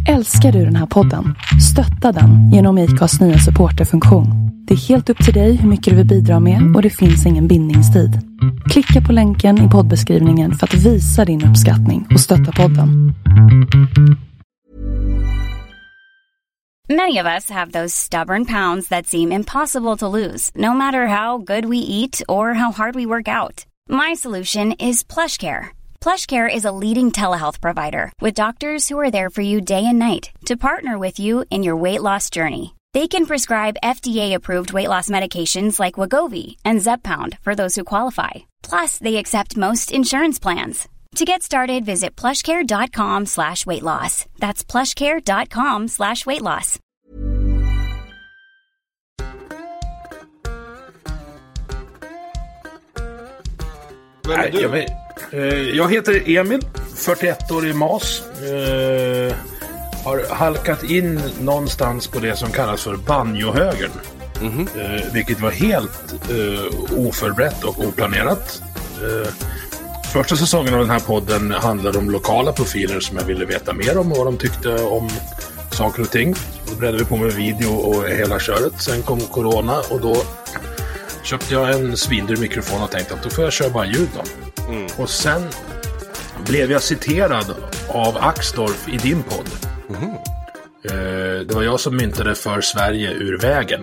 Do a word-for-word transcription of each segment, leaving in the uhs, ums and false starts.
Älskar du den här podden? Stötta den genom I C A:s nya supporterfunktion. Det är helt upp till dig hur mycket du vill bidra med och det finns ingen bindningstid. Klicka på länken i poddbeskrivningen för att visa din uppskattning och stötta podden. Many of us have those stubborn pounds that seem impossible to lose, no matter how good we eat or how hard we work out. My solution is PlushCare. PlushCare is a leading telehealth provider with doctors who are there for you day and night to partner with you in your weight loss journey. They can prescribe F D A-approved weight loss medications like Wegovy and Zepbound for those who qualify. Plus, they accept most insurance plans. To get started, visit plushcare.com slash weight loss. That's plushcare.com slash weight loss. Nej, jag, vet, eh, jag heter Emil, fyrtioett år i Mas. Eh, har halkat in någonstans på det som kallas för banjohögern. Mm-hmm. Eh, vilket var helt eh, oförberett och oplanerat. Eh, Första säsongen av den här podden handlade om lokala profiler som jag ville veta mer om och vad de tyckte om saker och ting. Då bredde vi på med video och hela köret. Sen kom corona och då köpte jag en svindyr mikrofon och tänkte att då får jag köra bara ljud då. Mm. Och sen blev jag citerad av Axdorff i din podd. Mm. Eh, det var jag som myntade för Sverige ur vägen.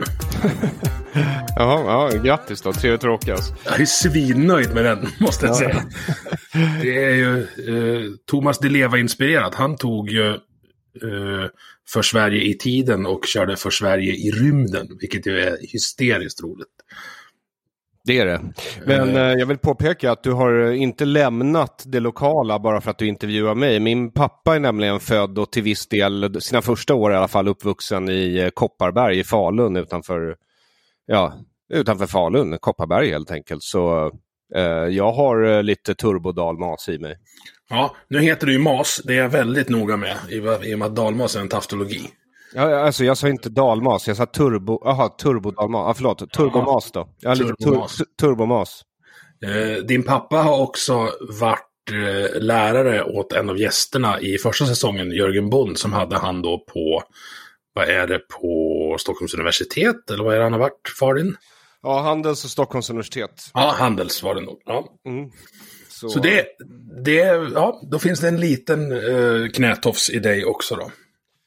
Jaha, ja, grattis då, trevligt att råkas. Jag är svinnöjd med den, måste jag ja. säga. Det är ju eh, Thomas Di Leva-inspirerat. Han tog ju eh, för Sverige i tiden och körde för Sverige i rymden, vilket ju är hysteriskt roligt. Det är det. Men eh, jag vill påpeka att du har inte lämnat det lokala bara för att du intervjuar mig. Min pappa är nämligen född och till viss del, sina första år i alla fall, uppvuxen i Kopparberg i Falun utanför, ja, utanför Falun, Kopparberg helt enkelt. Så eh, jag har lite turbodalmas i mig. Ja, nu heter det ju mas. Det är jag väldigt noga med i, i och med att dalmas är en taftologi. Ja, alltså jag sa inte dalmas, jag sa turbo, aha, turbodalmas, ah, förlåt, turbomas då. Jag har lite tur, turbomas. Eh, din pappa har också varit eh, lärare åt en av gästerna i första säsongen, Jörgen Bond, som hade han då på, vad är det, på Stockholms universitet, eller vad är det han har varit, far din? Ja, Handels och Stockholms universitet. Ja, Handels var det nog, ja. Mm. Så, Så det, det, ja, då finns det en liten eh, knätofs i dig också då.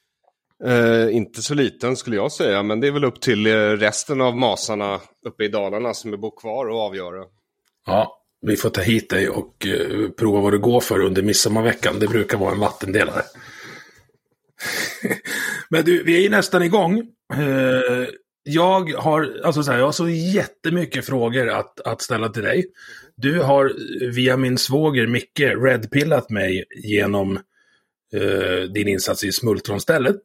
Uh, inte så liten skulle jag säga, men det är väl upp till uh, resten av masarna uppe i Dalarna som är bor kvar och avgöra. Ja, vi får ta hit dig och uh, prova vad det går för under midsommarveckan. Det brukar vara en vattendelare. Men du, vi är ju nästan igång. Uh, jag har alltså så här, jag har så jättemycket frågor att, att ställa till dig. Du har via min svåger Micke redpillat mig genom uh, din insats i Smultronstället.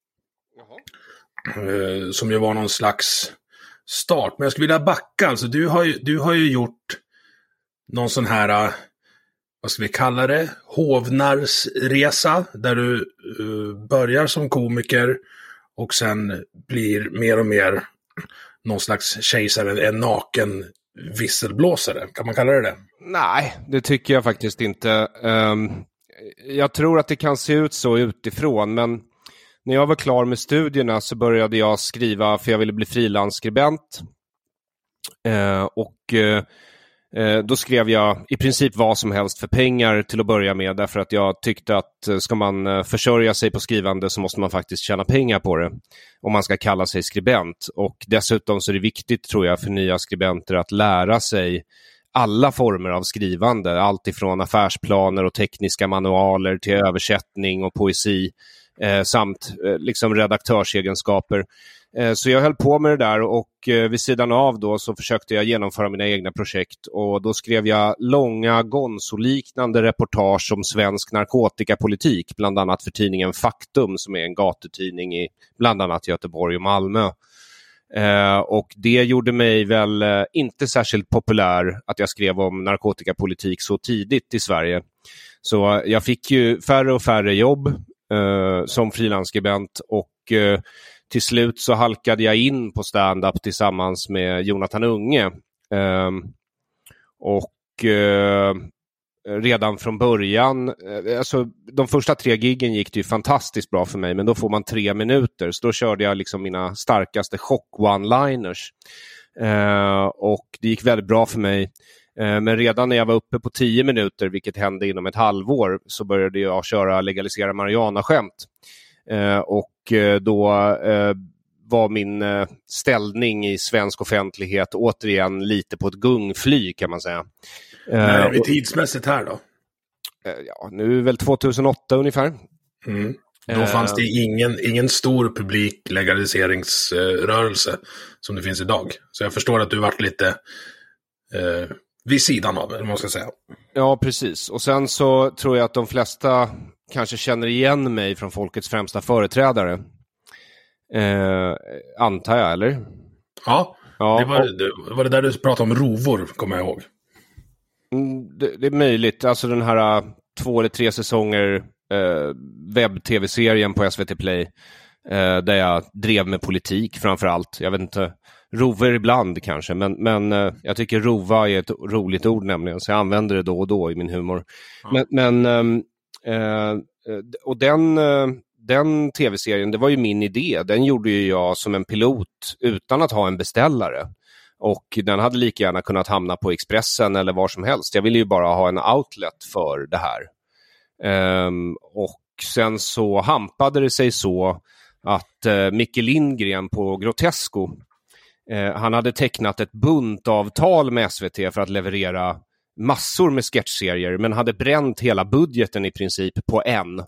Uh, som ju var någon slags start. Men jag skulle vilja backa. Alltså, du, har ju, du har ju gjort någon sån här, uh, vad ska vi kalla det? Hovnarsresa. Där du uh, börjar som komiker och sen blir mer och mer någon slags kejsare, en naken visselblåsare. Kan man kalla det det? Nej, det tycker jag faktiskt inte. Um, jag tror att det kan se ut så utifrån, men när jag var klar med studierna så började jag skriva, för jag ville bli frilansskribent. Eh, och eh, då skrev jag i princip vad som helst för pengar till att börja med. Därför att jag tyckte att ska man försörja sig på skrivande så måste man faktiskt tjäna pengar på det. Om man ska kalla sig skribent. Och dessutom så är det viktigt, tror jag, för nya skribenter att lära sig alla former av skrivande. Allt ifrån affärsplaner och tekniska manualer till översättning och poesi. Eh, samt eh, liksom redaktörsegenskaper. Eh, så jag höll på med det där och eh, vid sidan av då så försökte jag genomföra mina egna projekt och då skrev jag långa gonzoliknande reportage om svensk narkotikapolitik, bland annat för tidningen Faktum som är en gatutidning i bland annat Göteborg och Malmö. Eh, och det gjorde mig väl eh, inte särskilt populär att jag skrev om narkotikapolitik så tidigt i Sverige. Så jag fick ju färre och färre jobb Uh, som frilansskribent och uh, till slut så halkade jag in på stand-up tillsammans med Jonathan Unge. Uh, och uh, redan från början. Alltså, de första tre giggen gick det ju fantastiskt bra för mig, men då får man tre minuter. Så då körde jag liksom mina starkaste chock-one-liners. Eh, och det gick väldigt bra för mig. Eh, men redan när jag var uppe på tio minuter, vilket hände inom ett halvår, så började jag köra legalisera marijuana-skämt. Eh, och eh, då eh, var min eh, ställning i svensk offentlighet återigen lite på ett gungfly, kan man säga. När är vi tidsmässigt här då? Ja, nu är väl tjugohundraåtta ungefär. Mm. Då fanns det ingen, ingen stor publik legaliseringsrörelse som det finns idag. Så jag förstår att du varit lite eh, vid sidan av, eller man ska säga. Ja, precis. Och sen så tror jag att de flesta kanske känner igen mig från folkets främsta företrädare. Eh, antar jag, eller? Ja, ja det, var, det var det där du pratade om rovor, kommer jag ihåg. Det, det är möjligt. Alltså den här uh, två eller tre säsonger uh, webb-tv-serien på S V T Play uh, där jag drev med politik framför allt. Jag vet inte, rover ibland kanske, men, men uh, jag tycker rova är ett roligt ord nämligen, så jag använder det då och då i min humor. Ja. Men, men um, uh, och den, uh, den tv-serien, det var ju min idé. Den gjorde ju jag som en pilot utan att ha en beställare. Och den hade lika gärna kunnat hamna på Expressen eller var som helst. Jag ville ju bara ha en outlet för det här. Um, och sen så hampade det sig så att uh, Micke Lindgren på Grotesco, uh, han hade tecknat ett buntavtal med S V T för att leverera massor med sketchserier, men hade bränt hela budgeten i princip på en.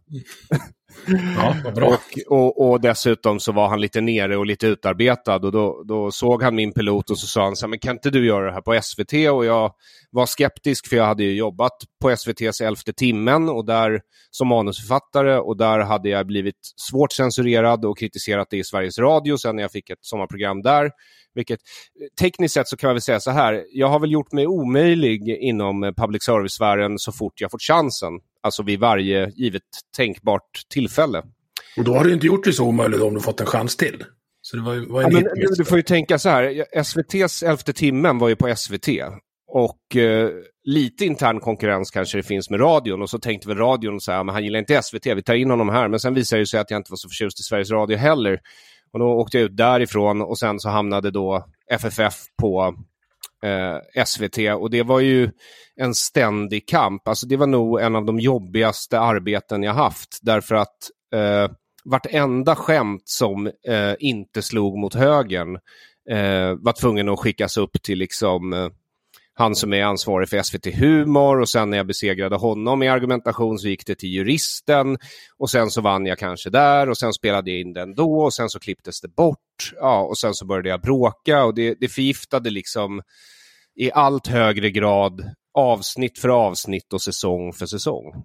Ja, vad bra. Och, och, och dessutom så var han lite nere och lite utarbetad, och då, då såg han min pilot och så sa han så här, men kan inte du göra det här på S V T? Och jag var skeptisk, för jag hade ju jobbat på S V T:s elfte timmen och där som manusförfattare, och där hade jag blivit svårt censurerad och kritiserat det i Sveriges Radio sen när jag fick ett sommarprogram där. Vilket tekniskt sett så kan jag väl säga så här, jag har väl gjort mig omöjlig inom public service-sfären så fort jag fått chansen. Alltså vid varje givet tänkbart tillfälle. Och då har du inte gjort det så omöjligt om du fått en chans till. Så det var, var en ja, men, du får ju tänka så här, S V T:s elfte timmen var ju på S V T. Och eh, lite intern konkurrens kanske det finns med radion. Och så tänkte väl radion så här, men han gillar inte S V T, vi tar in honom här. Men sen visade det sig att jag inte var så förtjust i Sveriges Radio heller. Och då åkte jag ut därifrån och sen så hamnade då F F F på eh, S V T. Och det var ju en ständig kamp. Alltså det var nog en av de jobbigaste arbeten jag haft. Därför att eh, vartenda skämt som eh, inte slog mot högern eh, var tvungen att skickas upp till liksom... Eh, han som är ansvarig för S V T Humor, och sen när jag besegrade honom i argumentation så gick det till juristen, och sen så vann jag kanske där, och sen spelade jag in den då, och sen så klipptes det bort, ja, och sen så började jag bråka, och det, det förgiftade liksom i allt högre grad avsnitt för avsnitt och säsong för säsong.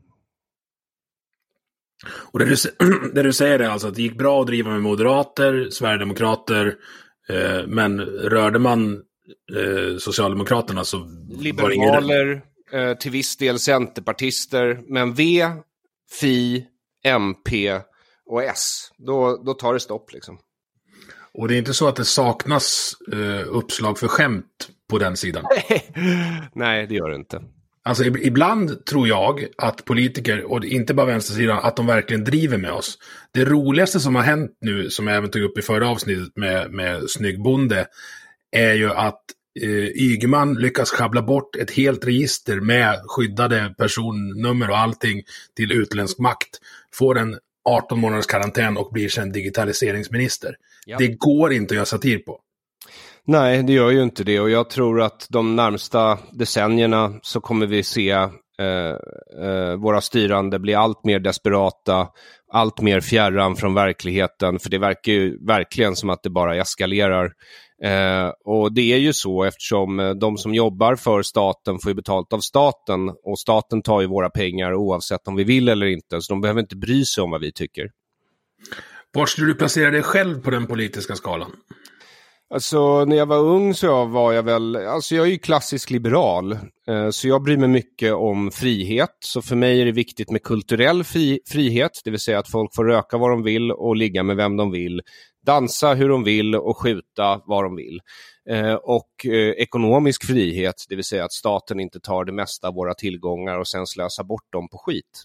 Och det du, det du säger är alltså att det gick bra att driva med moderater, sverigedemokrater, eh, men rörde man Eh, Socialdemokraterna så liberaler, ingen... eh, till viss del centerpartister, men V, F I, M P och S, då, då tar det stopp liksom. Och det är inte så att det saknas eh, uppslag för skämt på den sidan? Nej, det gör det inte. Alltså ibland tror jag att politiker, och inte bara vänstersidan, att de verkligen driver med oss. Det roligaste som har hänt nu, som jag även tog upp i förra avsnittet med, med Snyggbonde, är ju att eh, Ygeman lyckas schabbla bort ett helt register med skyddade personnummer och allting till utländsk makt. Får en arton månaders karantän och blir sedan digitaliseringsminister. Ja. Det går inte att göra satir på. Nej, det gör ju inte det, och jag tror att de närmsta decennierna så kommer vi se eh, eh, våra styrande bli allt mer desperata, allt mer fjärran från verkligheten, för det verkar ju verkligen som att det bara eskalerar. Eh, och det är ju så eftersom de som jobbar för staten får ju betalt av staten, och staten tar ju våra pengar oavsett om vi vill eller inte, så de behöver inte bry sig om vad vi tycker. Var skulle du placera dig själv på den politiska skalan? Alltså när jag var ung så var jag väl, alltså jag är ju klassisk liberal, eh, så jag bryr mig mycket om frihet. Så för mig är det viktigt med kulturell fri- frihet, det vill säga att folk får röka vad de vill och ligga med vem de vill. dansa hur de vill och skjuta vad de vill. Eh, och eh, ekonomisk frihet, det vill säga att staten inte tar det mesta av våra tillgångar och sen slösar bort dem på skit.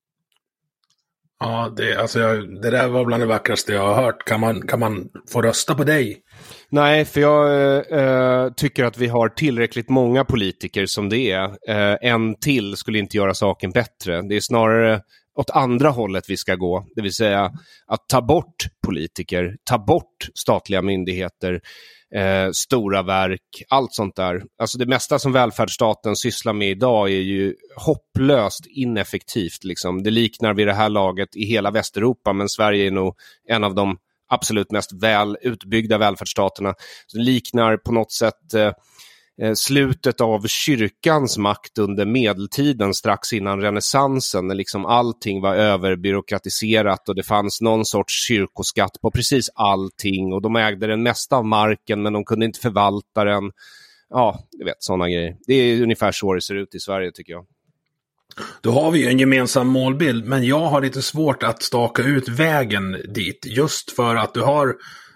Ja, det, alltså jag, det där var bland det vackraste jag har hört. Kan man, kan man få rösta på dig? Nej, för jag eh, tycker att vi har tillräckligt många politiker som det är. Eh, en till skulle inte göra saken bättre. Det är snarare åt andra hållet vi ska gå. Det vill säga att ta bort politiker, ta bort statliga myndigheter, eh, stora verk, allt sånt där. Alltså det mesta som välfärdsstaten sysslar med idag är ju hopplöst ineffektivt. Liksom. Det liknar vid det här laget i hela Västeuropa, men Sverige är nog en av de absolut mest väl utbyggda välfärdsstaterna. Det liknar på något sätt eh, slutet av kyrkans makt under medeltiden strax innan renässansen, när liksom allting var överbyråkratiserat och det fanns någon sorts kyrkoskatt på precis allting och de ägde den mesta av marken men de kunde inte förvalta den. Ja, du vet, sådana grejer. Det är ungefär så det ser ut i Sverige, tycker jag. Då har vi ju en gemensam målbild, men jag har lite svårt att staka ut vägen dit, just för att du har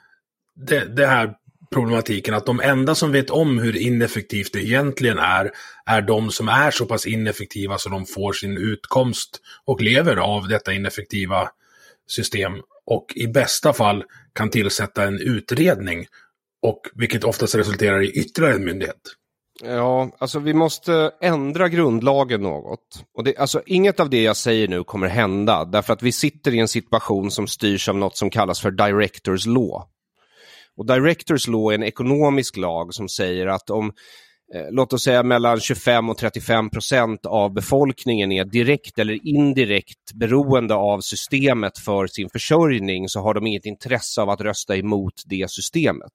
det, det här problematiken att de enda som vet om hur ineffektivt det egentligen är, är de som är så pass ineffektiva så de får sin utkomst och lever av detta ineffektiva system, och i bästa fall kan tillsätta en utredning, och vilket oftast resulterar i ytterligare en myndighet. Ja, alltså vi måste ändra grundlagen något. Och det, alltså inget av det jag säger nu kommer hända, därför att vi sitter i en situation som styrs av något som kallas för Directors Law. Och Directors Law är en ekonomisk lag som säger att om, eh, låt oss säga mellan tjugofem och trettiofem procent av befolkningen är direkt eller indirekt beroende av systemet för sin försörjning, så har de inget intresse av att rösta emot det systemet.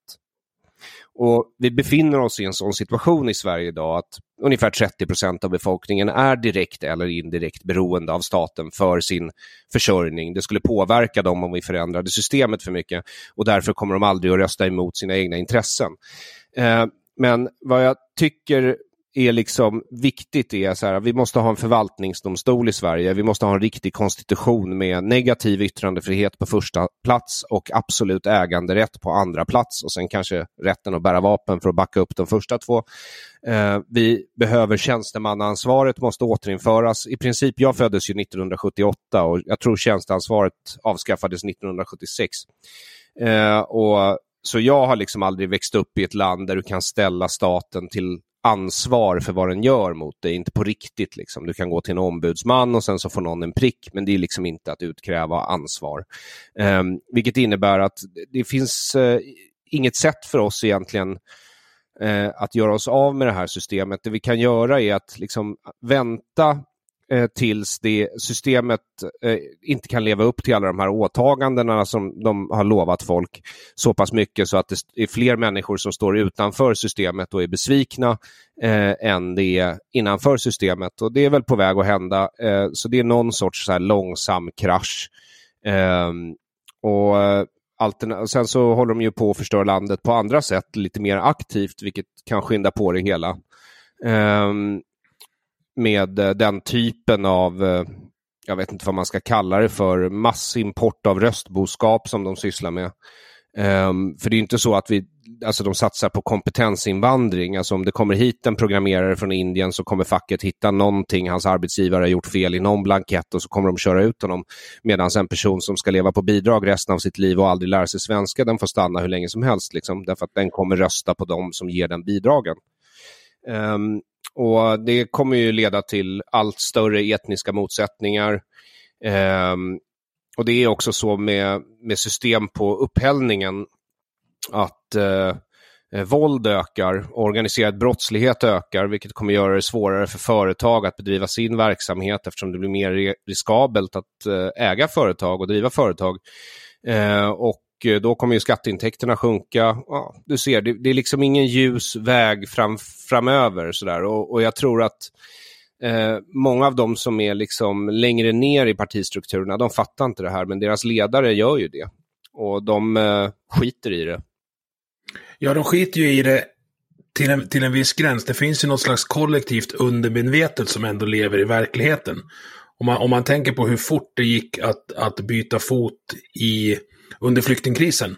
Och vi befinner oss i en sån situation i Sverige idag att ungefär trettio procent av befolkningen är direkt eller indirekt beroende av staten för sin försörjning. Det skulle påverka dem om vi förändrade systemet för mycket, och därför kommer de aldrig att rösta emot sina egna intressen. Eh, men vad jag tycker är liksom viktigt är så här, vi måste ha en förvaltningsdomstol i Sverige. Vi måste ha en riktig konstitution med negativ yttrandefrihet på första plats och absolut äganderätt på andra plats, och sen kanske rätten att bära vapen för att backa upp de första två. Eh, vi behöver tjänstemannaansvaret, måste återinföras. I princip, jag föddes ju nittonhundrasjuttioåtta och jag tror tjänsteansvaret avskaffades nittonhundrasjuttiosex. Eh, och så jag har liksom aldrig växt upp i ett land där du kan ställa staten till ansvar för vad den gör mot dig, inte på riktigt liksom. Du kan gå till en ombudsman och sen så får någon en prick, men det är liksom inte att utkräva ansvar. Um, vilket innebär att det finns uh, inget sätt för oss egentligen uh, att göra oss av med det här systemet. Det vi kan göra är att liksom vänta uh, tills det systemet uh, inte kan leva upp till alla de här åtagandena som de har lovat folk så pass mycket så att det är fler människor som står utanför systemet och är besvikna eh, än det är innanför systemet, och det är väl på väg att hända. Eh, så det är någon sorts så här långsam krasch. Eh, och alterna- sen så håller de ju på att förstöra landet på andra sätt lite mer aktivt, vilket kan skynda på det hela. Eh, med den typen av, jag vet inte vad man ska kalla det för, massimport av röstboskap som de sysslar med. Um, för det är inte så att vi, alltså de satsar på kompetensinvandring. Alltså om det kommer hit en programmerare från Indien, så kommer facket hitta någonting hans arbetsgivare har gjort fel i någon blankett, och så kommer de köra ut honom, medan en person som ska leva på bidrag resten av sitt liv och aldrig lära sig svenska, den får stanna hur länge som helst liksom, därför att den kommer rösta på dem som ger den bidragen. Um, och det kommer ju leda till allt större etniska motsättningar. Um, och det är också så med, med system på upphällningen att uh, våld ökar, organiserad brottslighet ökar, vilket kommer göra det svårare för företag att bedriva sin verksamhet, eftersom det blir mer riskabelt att uh, äga företag och driva företag. Uh, och då kommer ju skatteintäkterna sjunka. Ja, du ser, det, det är liksom ingen ljus väg fram, framöver. Sådär. Och, och jag tror att eh, många av dem som är liksom längre ner i partistrukturerna, de fattar inte det här. Men deras ledare gör ju det. Och de eh, skiter i det. Ja, de skiter ju i det till en, till en viss gräns. Det finns ju något slags kollektivt undermedvetet som ändå lever i verkligheten. Om man, om man tänker på hur fort det gick att, att byta fot i under flyktingkrisen.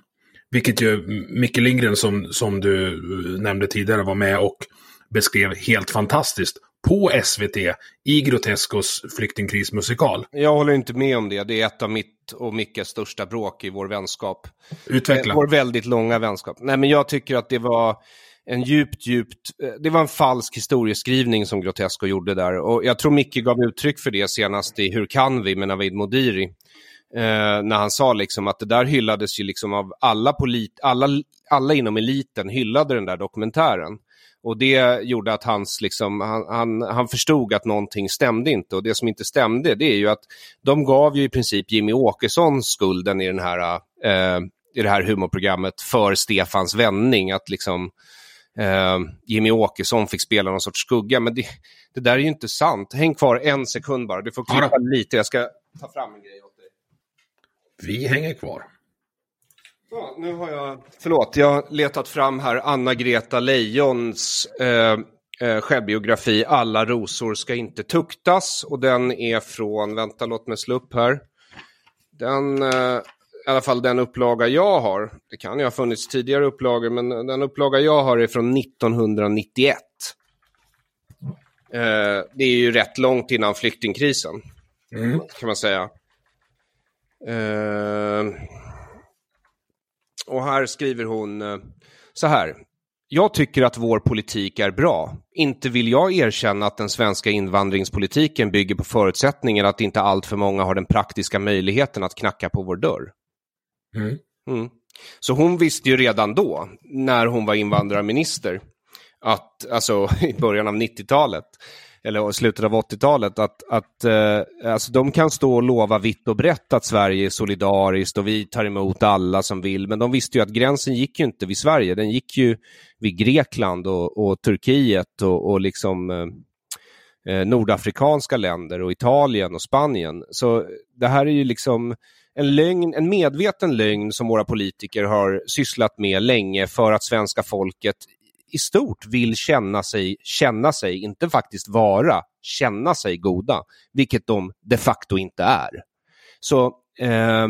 Vilket ju Micke Lindgren som, som du nämnde tidigare var med och beskrev helt fantastiskt på S V T i Groteskos flyktingkrismusikal. Jag håller inte med om det. Det är ett av mitt och Mickes största bråk i vår vänskap. Utveckla. Vår väldigt långa vänskap. Nej, men jag tycker att det var en djupt, djupt... Det var en falsk historieskrivning som Grotesco gjorde där. Och jag tror Micke gav uttryck för det senast i Hur kan vi med Navid Modiri. Eh, när han sa liksom att det där hyllades ju liksom av alla, polit, alla, alla inom eliten hyllade den där dokumentären. Och det gjorde att hans, liksom, han, han, han förstod att någonting stämde inte. Och det som inte stämde, det är ju att de gav ju i princip Jimmy Åkesson skulden i, den här, eh, i det här humorprogrammet för Stefans vändning. Att liksom eh, Jimmy Åkesson fick spela någon sorts skugga. Men det, det där är ju inte sant. Häng kvar en sekund bara. Du får klippa ja. lite. Jag ska ta fram en grej åt dig. Vi hänger kvar. Ja, nu har jag, förlåt, jag har letat fram här Anna-Greta Leijons eh, eh, självbiografi Alla rosor ska inte tuktas, och den är från, vänta låt mig slå upp här, den, eh, i alla fall den upplaga jag har, det kan ju ha funnits tidigare upplagor, men den upplaga jag har är från nittonhundranittioett. Eh, det är ju rätt långt innan flyktingkrisen, mm. kan man säga. Eh... Och här skriver hon så här. Jag tycker att vår politik är bra. Inte vill jag erkänna att den svenska invandringspolitiken bygger på förutsättningen att inte allt för många har den praktiska möjligheten att knacka på vår dörr. Mm. Mm. Så hon visste ju redan då, när hon var invandrarminister, att, alltså i början av nittiotalet, eller slutet av åttiotalet, att, att eh, alltså de kan stå och lova vitt och brett att Sverige är solidariskt och vi tar emot alla som vill, men de visste ju att gränsen gick ju inte vid Sverige, den gick ju vid Grekland och, och Turkiet och, och liksom eh, nordafrikanska länder och Italien och Spanien. Så det här är ju liksom en lögn, en medveten lögn som våra politiker har sysslat med länge för att svenska folket i stort vill känna sig, känna sig, inte faktiskt vara, känna sig goda, vilket de de facto inte är. Så eh,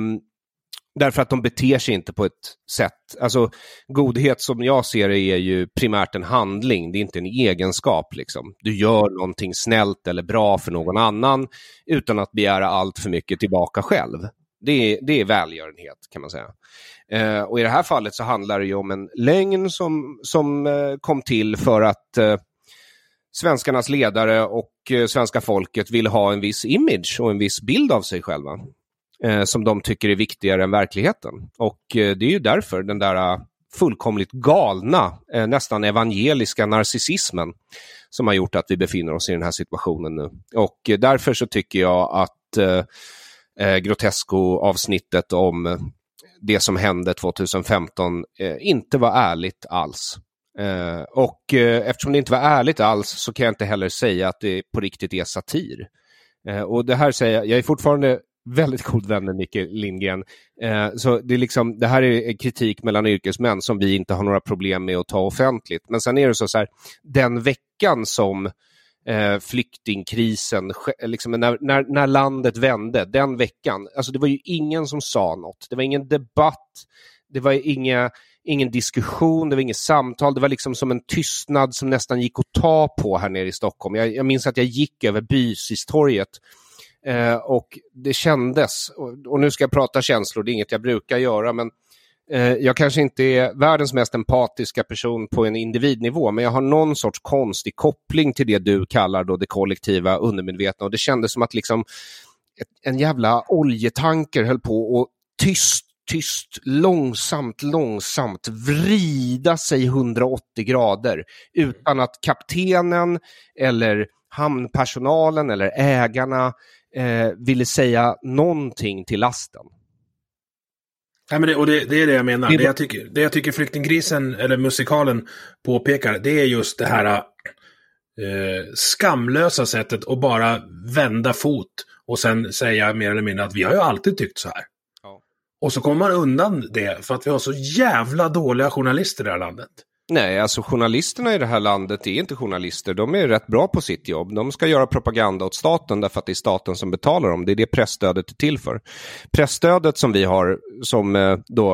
därför att de beter sig inte på ett sätt, alltså godhet som jag ser det är ju primärt en handling, det är inte en egenskap liksom. Du gör någonting snällt eller bra för någon annan utan att begära allt för mycket tillbaka själv. Det är, det är välgörenhet kan man säga. Eh, och i det här fallet så handlar det ju om en lögn som, som eh, kom till för att eh, svenskarnas ledare och eh, svenska folket vill ha en viss image och en viss bild av sig själva eh, som de tycker är viktigare än verkligheten. Och eh, det är ju därför den där uh, fullkomligt galna, eh, nästan evangeliska narcissismen som har gjort att vi befinner oss i den här situationen nu. Och eh, därför så tycker jag att eh, eh, Grotesco-avsnittet om det som hände tjugohundrafemton eh, inte var ärligt alls. Eh, och eh, eftersom det inte var ärligt alls så kan jag inte heller säga att det på riktigt är satir. Eh, och det här säger jag, jag är fortfarande väldigt god vän med Micke Lindgren. Eh, så det, är liksom, det här är kritik mellan yrkesmän som vi inte har några problem med att ta offentligt. Men sen är det så, så här, den veckan som Eh, flyktingkrisen, liksom när, när, när landet vände, den veckan, alltså det var ju ingen som sa något, det var ingen debatt, det var inga, ingen diskussion, det var inget samtal, det var liksom som en tystnad som nästan gick att ta på här nere i Stockholm. Jag, jag minns att jag gick över Bysistorget eh, och det kändes, och, och nu ska jag prata känslor, det är inget jag brukar göra, men jag kanske inte är världens mest empatiska person på en individnivå, men jag har någon sorts konstig koppling till det du kallar då det kollektiva undermedvetna, och det kändes som att liksom ett, en jävla oljetanker höll på att tyst, tyst, långsamt, långsamt vrida sig hundraåttio grader utan att kaptenen eller hamnpersonalen eller ägarna eh, ville säga någonting till lasten. Ja, men det, och det, det är det jag menar. Det, det, jag tycker, det jag tycker flyktingkrisen eller musikalen påpekar, det är just det här eh, skamlösa sättet att bara vända fot och sen säga mer eller mindre att vi har ju alltid tyckt så här. Ja. Och så kommer man undan det för att vi har så jävla dåliga journalister i det här landet. Nej, alltså journalisterna i det här landet är inte journalister. De är rätt bra på sitt jobb. De ska göra propaganda åt staten därför att det är staten som betalar dem. Det är det pressstödet är till för. Pressstödet som vi har, som då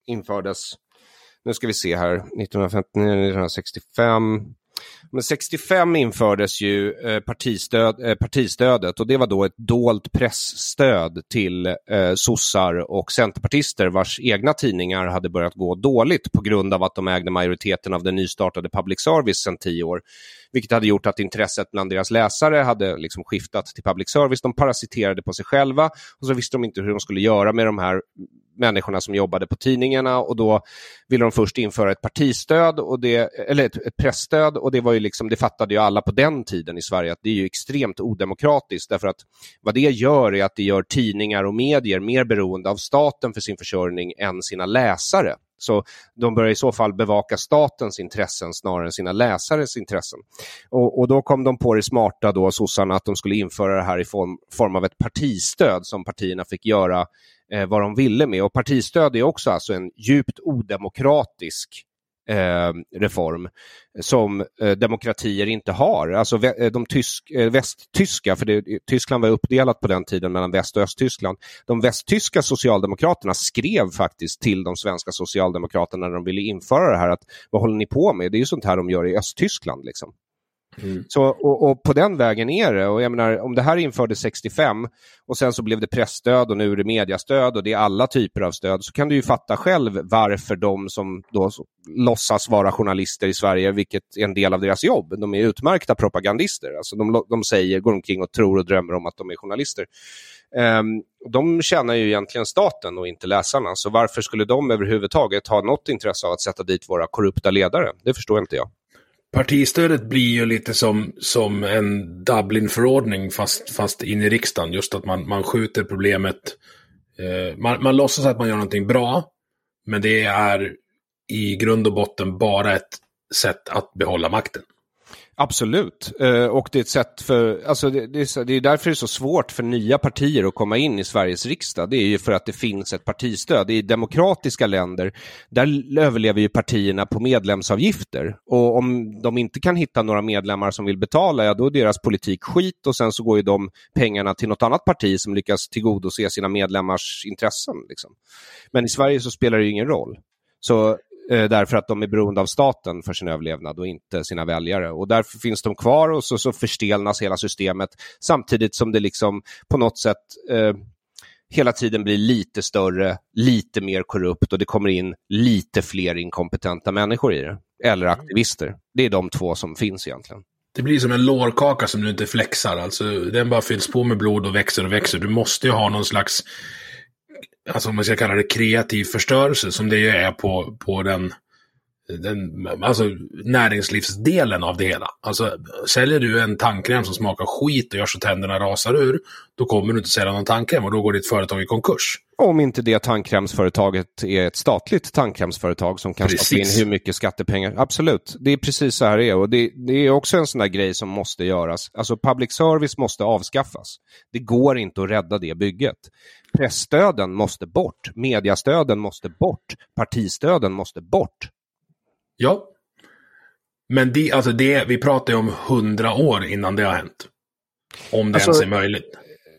infördes, nu ska vi se här, nittonhundrafemtionio nittonhundrasextiofem. Men sextiofem infördes ju eh, partistöd, eh, partistödet, och det var då ett dolt pressstöd till eh, sossar och centerpartister vars egna tidningar hade börjat gå dåligt på grund av att de ägde majoriteten av den nystartade public service sedan tio år. Vilket hade gjort att intresset bland deras läsare hade liksom skiftat till public service. De parasiterade på sig själva och så visste de inte hur de skulle göra med de här människorna som jobbade på tidningarna, och då ville de först införa ett partistöd och det, eller ett, ett pressstöd, och det var ju liksom, det fattade ju alla på den tiden i Sverige att det är ju extremt odemokratiskt, därför att vad det gör är att det gör tidningar och medier mer beroende av staten för sin försörjning än sina läsare. Så de börjar i så fall bevaka statens intressen snarare än sina läsares intressen. Och, och då kom de på det smarta då, sossarna, att de skulle införa det här i form, form av ett partistöd som partierna fick göra eh, vad de ville med. Och partistöd är också alltså en djupt odemokratisk eh, reform som eh, demokratier inte har. Alltså vä- de tysk, eh, västtyska, för det, Tyskland var uppdelat på den tiden mellan Väst- och Östtyskland. De västtyska socialdemokraterna skrev faktiskt till de svenska socialdemokraterna när de ville införa det här, att vad håller ni på med? Det är ju sånt här de gör i Östtyskland liksom. Mm. Så, och, och på den vägen är det, och jag menar, om det här infördes sextiofem och sen så blev det pressstöd och nu är det mediastöd och det är alla typer av stöd, så kan du ju fatta själv varför de som då låtsas vara journalister i Sverige, vilket är en del av deras jobb, de är utmärkta propagandister, alltså de, de säger, går omkring och tror och drömmer om att de är journalister. Um, de tjänar ju egentligen staten och inte läsarna, så varför skulle de överhuvudtaget ha något intresse av att sätta dit våra korrupta ledare? Det förstår inte jag. Partistödet blir ju lite som, som en Dublin-förordning fast, fast in i riksdagen. Just att man, man skjuter problemet. Eh, man, man låtsas att man gör någonting bra, men det är i grund och botten bara ett sätt att behålla makten. Absolut, uh, och det är ett sätt för, alltså det, det, är, det är därför det är så svårt för nya partier att komma in i Sveriges riksdag. Det är ju för att det finns ett partistöd. I demokratiska länder, där överlever ju partierna på medlemsavgifter, och om de inte kan hitta några medlemmar som vill betala, ja då är deras politik skit, och sen så går ju de pengarna till något annat parti som lyckas tillgodose sina medlemmars intressen liksom. Men i Sverige så spelar det ju ingen roll. Så därför att de är beroende av staten för sin överlevnad och inte sina väljare. Och därför finns de kvar, och så, så förstelnas hela systemet, samtidigt som det liksom på något sätt eh, hela tiden blir lite större, lite mer korrupt, och det kommer in lite fler inkompetenta människor i det. Eller aktivister. Det är de två som finns egentligen. Det blir som en lårkaka som du inte flexar. Alltså den bara fylls på med blod och växer och växer. Du måste ju ha någon slags, alltså om man ska kalla det kreativ förstörelse, som det ju är på, på den, den alltså näringslivsdelen av det hela. Alltså säljer du en tandkräm som smakar skit och gör så tänderna rasar ur, då kommer du inte sälja någon tandkräm, och då går ditt företag i konkurs. Om inte det tandkrämsföretaget är ett statligt tandkrämsföretag som kan stoppa in hur mycket skattepengar. Absolut, det är precis så här det är, och det, det är också en sån där grej som måste göras. Alltså public service måste avskaffas. Det går inte att rädda det bygget. Pressstöden måste bort, mediastöden måste bort, partistöden måste bort. Ja, men det, alltså det, vi pratar ju om hundra år innan det har hänt. Om det alltså, ens är möjligt.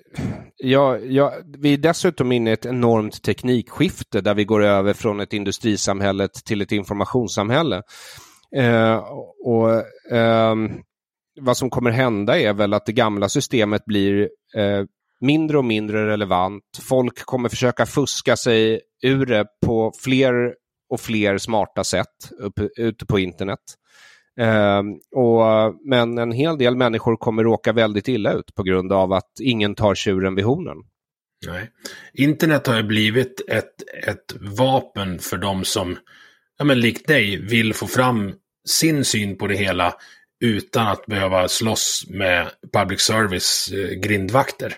Ja, ja, vi är dessutom inne i ett enormt teknikskifte där vi går över från ett industrisamhälle till ett informationssamhälle. Eh, och eh, vad som kommer hända är väl att det gamla systemet blir eh, mindre och mindre relevant. Folk kommer försöka fuska sig ur det på fler och fler smarta sätt uppe, ute på internet. Uh, och, men en hel del människor kommer råka väldigt illa ut på grund av att ingen tar tjuren vid hornen. Nej. Internet har ju blivit ett, ett vapen för de som, ja men likt dig, vill få fram sin syn på det hela utan att behöva slåss med public service eh, grindvakter.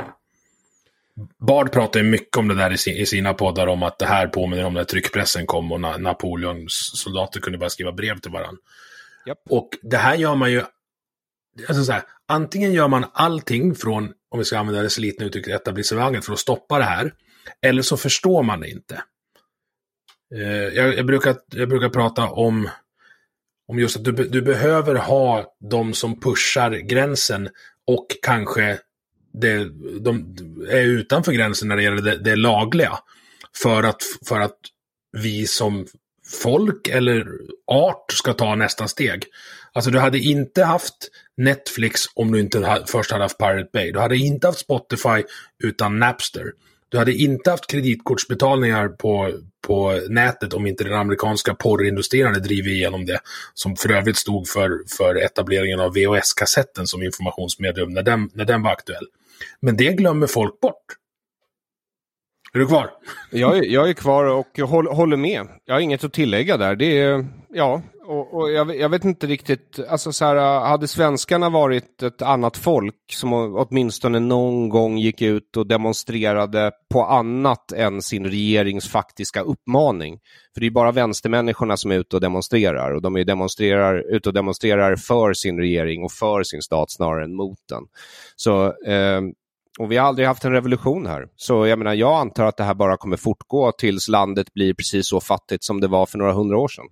Bard pratar ju mycket om det där i sina poddar, om att det här påminner om när tryckpressen kom och na- Napoleons soldater kunde bara skriva brev till varandra. Yep. Och det här gör man ju, alltså så här, antingen gör man allting från, om vi ska använda det slitna uttrycket, etablissemanget för att stoppa det här, eller så förstår man det inte. Eh, jag, jag, brukar, jag brukar prata om, om just att du, du behöver ha de som pushar gränsen och kanske det, de är utanför gränsen när det gäller det, det lagliga, för att, för att vi som folk eller art ska ta nästa steg. Alltså du hade inte haft Netflix om du inte först hade haft Pirate Bay. Du hade inte haft Spotify utan Napster. Du hade inte haft kreditkortsbetalningar på, på nätet om inte den amerikanska porrindustrin hade drivit igenom det, som för övrigt stod för, för etableringen av V H S-kassetten som informationsmedium när den, när den var aktuell. Men det glömmer folk bort. Är du kvar? Jag är, jag är kvar och håller, håller med. Jag har inget att tillägga där. Det är, ja, och, och jag, jag vet inte riktigt, alltså så här, hade svenskarna varit ett annat folk som åtminstone någon gång gick ut och demonstrerade på annat än sin regerings faktiska uppmaning. För det är bara vänstermänniskorna som är ute och demonstrerar, och de är demonstrerar, ute och demonstrerar för sin regering och för sin stat snarare än mot den. Så eh, och vi har aldrig haft en revolution här. Så jag menar, jag antar att det här bara kommer fortgå tills landet blir precis så fattigt som det var för några hundra år sedan.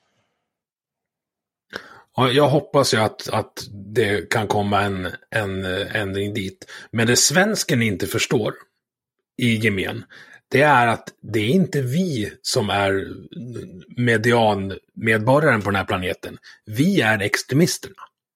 Ja, jag hoppas ju att, att det kan komma en, en ändring dit. Men det svensken inte förstår i gemen, det är att det är inte vi som är medianmedborgaren på den här planeten. Vi är extremisterna.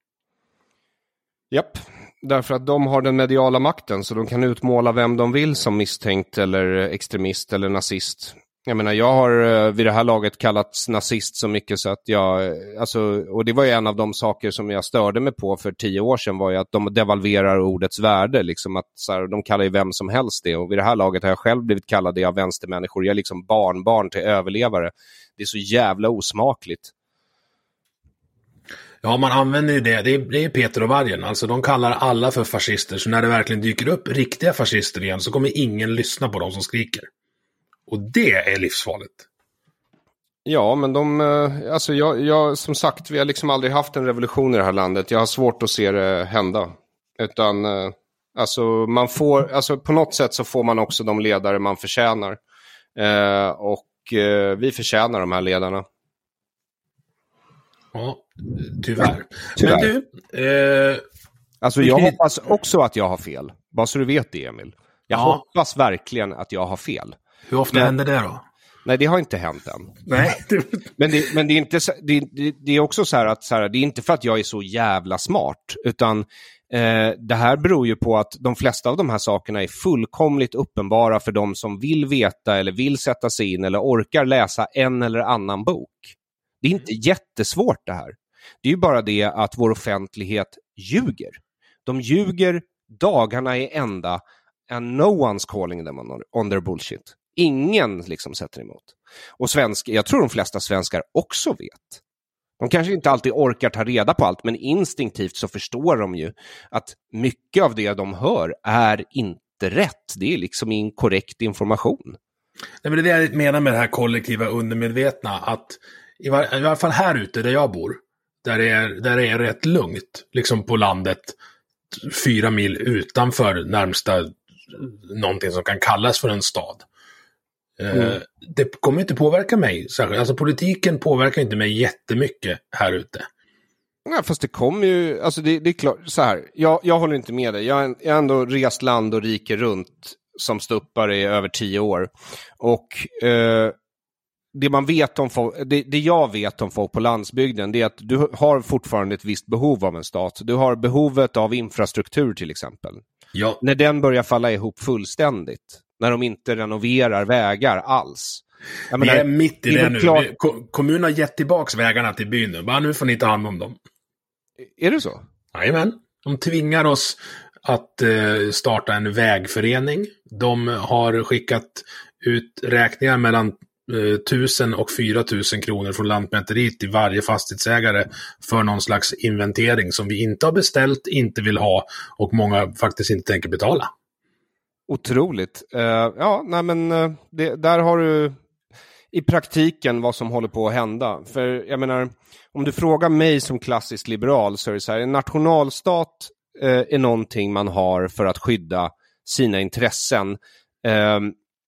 Japp. Därför att de har den mediala makten, så de kan utmåla vem de vill som misstänkt eller extremist eller nazist. Jag menar, jag har vid det här laget kallats nazist så mycket så att jag, alltså, och det var ju en av de saker som jag störde mig på för tio år sedan, var ju att de devalverar ordets värde, liksom att så här, de kallar ju vem som helst det, och vid det här laget har jag själv blivit kallad det av vänstermänniskor. Jag är liksom barnbarn till överlevare. Det är så jävla osmakligt. Ja, man använder ju det. Det är, det är Peter och Vargen. Alltså de kallar alla för fascister. Så när det verkligen dyker upp riktiga fascister igen så kommer ingen lyssna på dem som skriker. Och det är livsfarligt. Ja, men de, alltså jag, jag, som sagt, vi har liksom aldrig haft en revolution i det här landet. Jag har svårt att se det hända. Utan, alltså man får, alltså på något sätt så får man också de ledare man förtjänar. Eh, och eh, vi förtjänar de här ledarna. Ja, tyvärr. tyvärr. Men du... Eh, alltså jag hoppas också att jag har fel. Bara så du vet det, Emil. Jag ja. hoppas verkligen att jag har fel. Hur ofta men, händer det då? Nej, det har inte hänt än. Nej. men det, men det, är inte, det, det, det är också så här att så här, det är inte för att jag är så jävla smart. Utan eh, det här beror ju på att de flesta av de här sakerna är fullkomligt uppenbara för de som vill veta eller vill sätta sig in eller orkar läsa en eller annan bok. Det är inte jättesvårt det här. Det är ju bara det att vår offentlighet ljuger. De ljuger dagarna i ända, and no one's calling them on, on their bullshit. Ingen liksom sätter emot. Och svensk, jag tror de flesta svenskar också vet. De kanske inte alltid orkar ta reda på allt, men instinktivt så förstår de ju att mycket av det de hör är inte rätt. Det är liksom inkorrekt information. Nej, men det är det jag menar med det här kollektiva undermedvetna, att i, var, i alla fall här ute där jag bor, där det är, där det är rätt lugnt, liksom på landet fyra mil utanför närmsta någonting som kan kallas för en stad. Mm. Eh, det kommer inte påverka mig särskilt. Alltså politiken påverkar inte mig jättemycket här ute. Ja, fast det kommer ju, alltså det, det är klart, så här, jag, jag håller inte med dig. Jag har ändå rest land och rike runt som stuppare i över tio år. Och eh, det man vet om folk, det, det jag vet om folk på landsbygden, det är att du har fortfarande ett visst behov av en stat. Du har behovet av infrastruktur till exempel. Ja. När den börjar falla ihop fullständigt, när de inte renoverar vägar alls. Jag menar, vi är mitt i det, det nu. Klart... Kommunen har gett tillbaks vägarna till byn nu. Bara nu får ni ta hand om dem. Är det så? Jajamän. De tvingar oss att eh, starta en vägförening. De har skickat ut räkningar mellan eh, tusen och fyra tusen kronor från Lantmäteriet till varje fastighetsägare för någon slags inventering som vi inte har beställt, inte vill ha och många faktiskt inte tänker betala. Otroligt. Uh, ja, nej men uh, det, där har du i praktiken vad som håller på att hända. För jag menar, om du frågar mig som klassisk liberal så är det så här, en nationalstat uh, är någonting man har för att skydda sina intressen. Uh,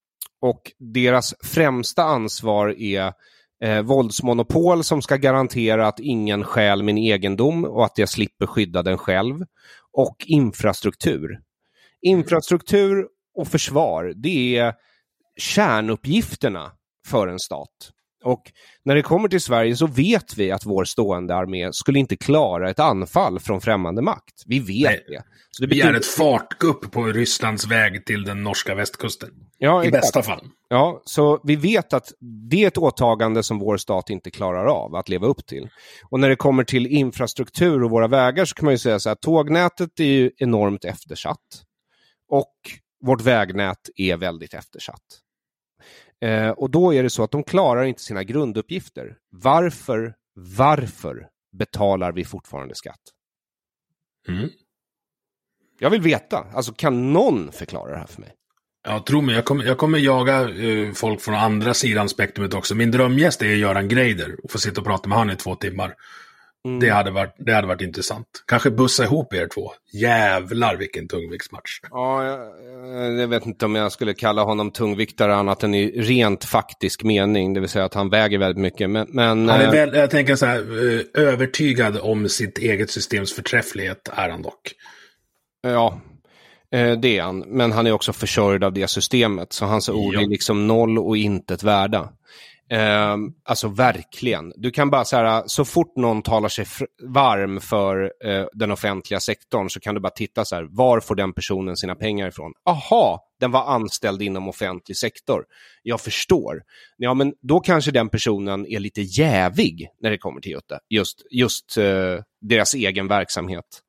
och deras främsta ansvar är uh, våldsmonopol som ska garantera att ingen stjäl min egendom och att jag slipper skydda den själv. Och infrastruktur. Infrastruktur och försvar, det är kärnuppgifterna för en stat. Och när det kommer till Sverige så vet vi att vår stående armé skulle inte klara ett anfall från främmande makt. Vi vet Nej. det. Så det betyder... Vi är ett fartgupp på Rysslands väg till den norska västkusten. Ja, I exakt. bästa fall. Ja, så vi vet att det är ett åtagande som vår stat inte klarar av att leva upp till. Och när det kommer till infrastruktur och våra vägar så kan man ju säga så här, tågnätet är ju enormt eftersatt. Och vårt vägnät är väldigt eftersatt. Eh, och då är det så att de klarar inte sina grunduppgifter. Varför, varför betalar vi fortfarande skatt? Mm. Jag vill veta. Alltså kan någon förklara det här för mig? Ja, tro mig, jag kommer, jag kommer jaga uh, folk från andra sidan spektrumet också. Min drömgäst är Göran Greider och få sitta och prata med han i två timmar. Mm. Det, hade varit, det hade varit intressant. Kanske bussa ihop er två. Jävlar vilken tungviktsmatch. Ja, jag, jag vet inte om jag skulle kalla honom tungviktare annat än i rent faktisk mening. Det vill säga att han väger väldigt mycket. Men, men, han är väl, jag tänker så här, övertygad om sitt eget systems förträfflighet är han dock. Ja, det är han. Men han är också försörjd av det systemet. Så hans ord ja. är liksom noll och intet värda. Eh, alltså verkligen. Du kan bara så här, så fort någon talar sig f- varm för eh, den offentliga sektorn så kan du bara titta så här, var får den personen sina pengar ifrån? Aha, den var anställd inom offentlig sektor. Jag förstår. Ja, men då kanske den personen är lite jävig när det kommer till just, just eh, deras egen verksamhet.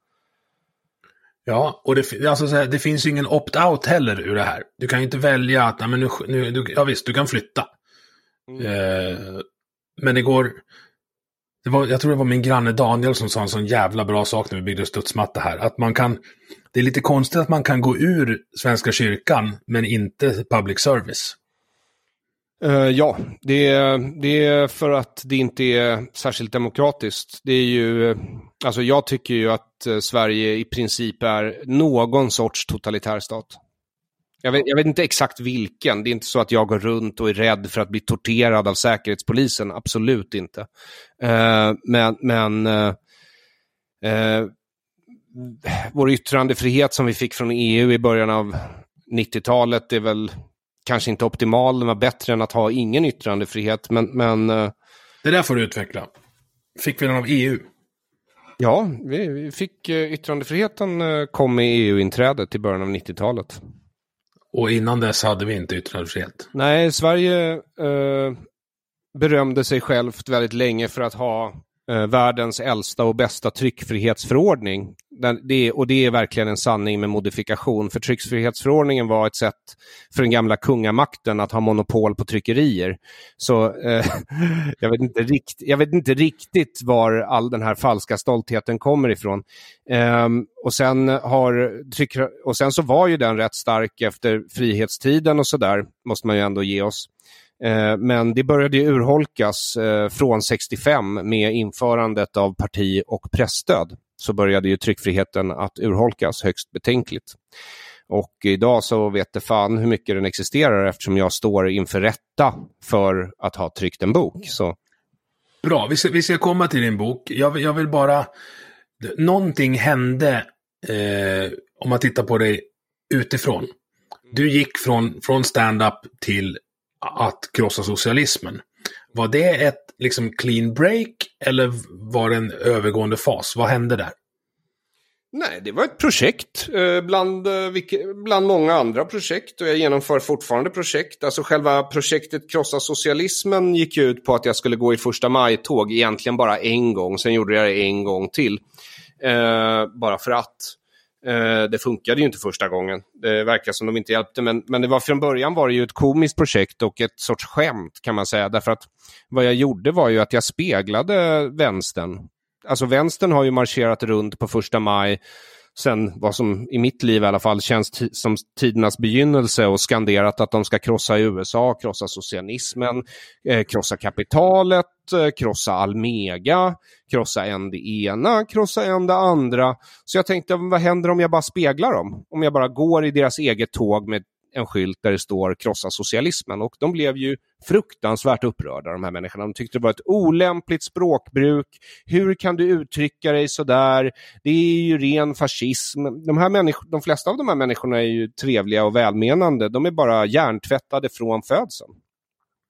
Ja, och det, alltså så här, det finns ju ingen opt-out heller ur det här. Du kan ju inte välja att, nej, men nu, nu, du, ja visst, du kan flytta. Mm. Eh, men det går det var, jag tror det var min granne Daniel som sa en sån jävla bra sak när vi byggde studsmatta här, att man kan, det är lite konstigt att man kan gå ur Svenska kyrkan men inte public service. Uh, ja, det är, det är för att det inte är särskilt demokratiskt. Det är ju, alltså jag tycker ju att uh, Sverige i princip är någon sorts totalitär stat. Jag vet, jag vet inte exakt vilken. Det är inte så att jag går runt och är rädd för att bli torterad av säkerhetspolisen. Absolut inte. Uh, men men uh, uh, vår yttrandefrihet som vi fick från E U i början av nittiotalet är väl kanske inte optimal. Den var bättre än att ha ingen yttrandefrihet. Men, men, uh, det där får du utveckla. Fick vi den av E U? Ja, vi, vi fick uh, yttrandefriheten uh, kom med E U-inträdet i början av nittiotalet. Och innan dess hade vi inte yttrandefrihet. Nej, Sverige eh, berömde sig självt väldigt länge för att ha eh, världens äldsta och bästa tryckfrihetsförordning. Den, det, och det är verkligen en sanning med modifikation. För tryckfrihetsförordningen var ett sätt för den gamla kungamakten att ha monopol på tryckerier. Så eh, jag, vet inte rikt, jag vet inte riktigt var all den här falska stoltheten kommer ifrån. Um, och, sen har, tryck, och sen så var ju den rätt stark efter frihetstiden och sådär, måste man ju ändå ge oss. Uh, men det började ju urholkas uh, från sextiofem med införandet av parti- och pressstöd. Så började ju tryckfriheten att urholkas högst betänkligt. Och idag så vet det fan hur mycket den existerar eftersom jag står inför rätta för att ha tryckt en bok. Så. Bra, vi ska, vi ska komma till din bok. Jag, jag vill bara... Någonting hände eh, om man tittar på dig utifrån. Du gick från, från stand-up till att krossa socialismen. Var det ett liksom clean break eller var det en övergående fas? Vad hände där? Nej, det var ett projekt eh, bland, eh, vilka, bland många andra projekt och jag genomför fortfarande projekt. Alltså själva projektet Krossa socialismen gick ut på att jag skulle gå i första maj-tåg egentligen bara en gång. Sen gjorde jag det en gång till. Eh, bara för att eh, det funkade ju inte första gången. Det verkar som de inte hjälpte. Men, men det var, från början var det ju ett komiskt projekt och ett sorts skämt kan man säga. Därför att vad jag gjorde var ju att jag speglade vänstern. Alltså vänstern har ju marscherat runt på första maj sen vad som i mitt liv i alla fall känns t- som tidernas begynnelse och skanderat att de ska krossa U S A, krossa socialismen, eh, krossa kapitalet, eh, krossa Almega, krossa en det ena, krossa en det andra. Så jag tänkte, vad händer om jag bara speglar dem? Om jag bara går i deras eget tåg med en skylt där det står krossa socialismen. Och de blev ju fruktansvärt upprörda, de här människorna. De tyckte det var ett olämpligt språkbruk. Hur kan du uttrycka dig så där? Det är ju ren fascism. De, här människ- de flesta av de här människorna är ju trevliga och välmenande. De är bara hjärntvättade från födseln.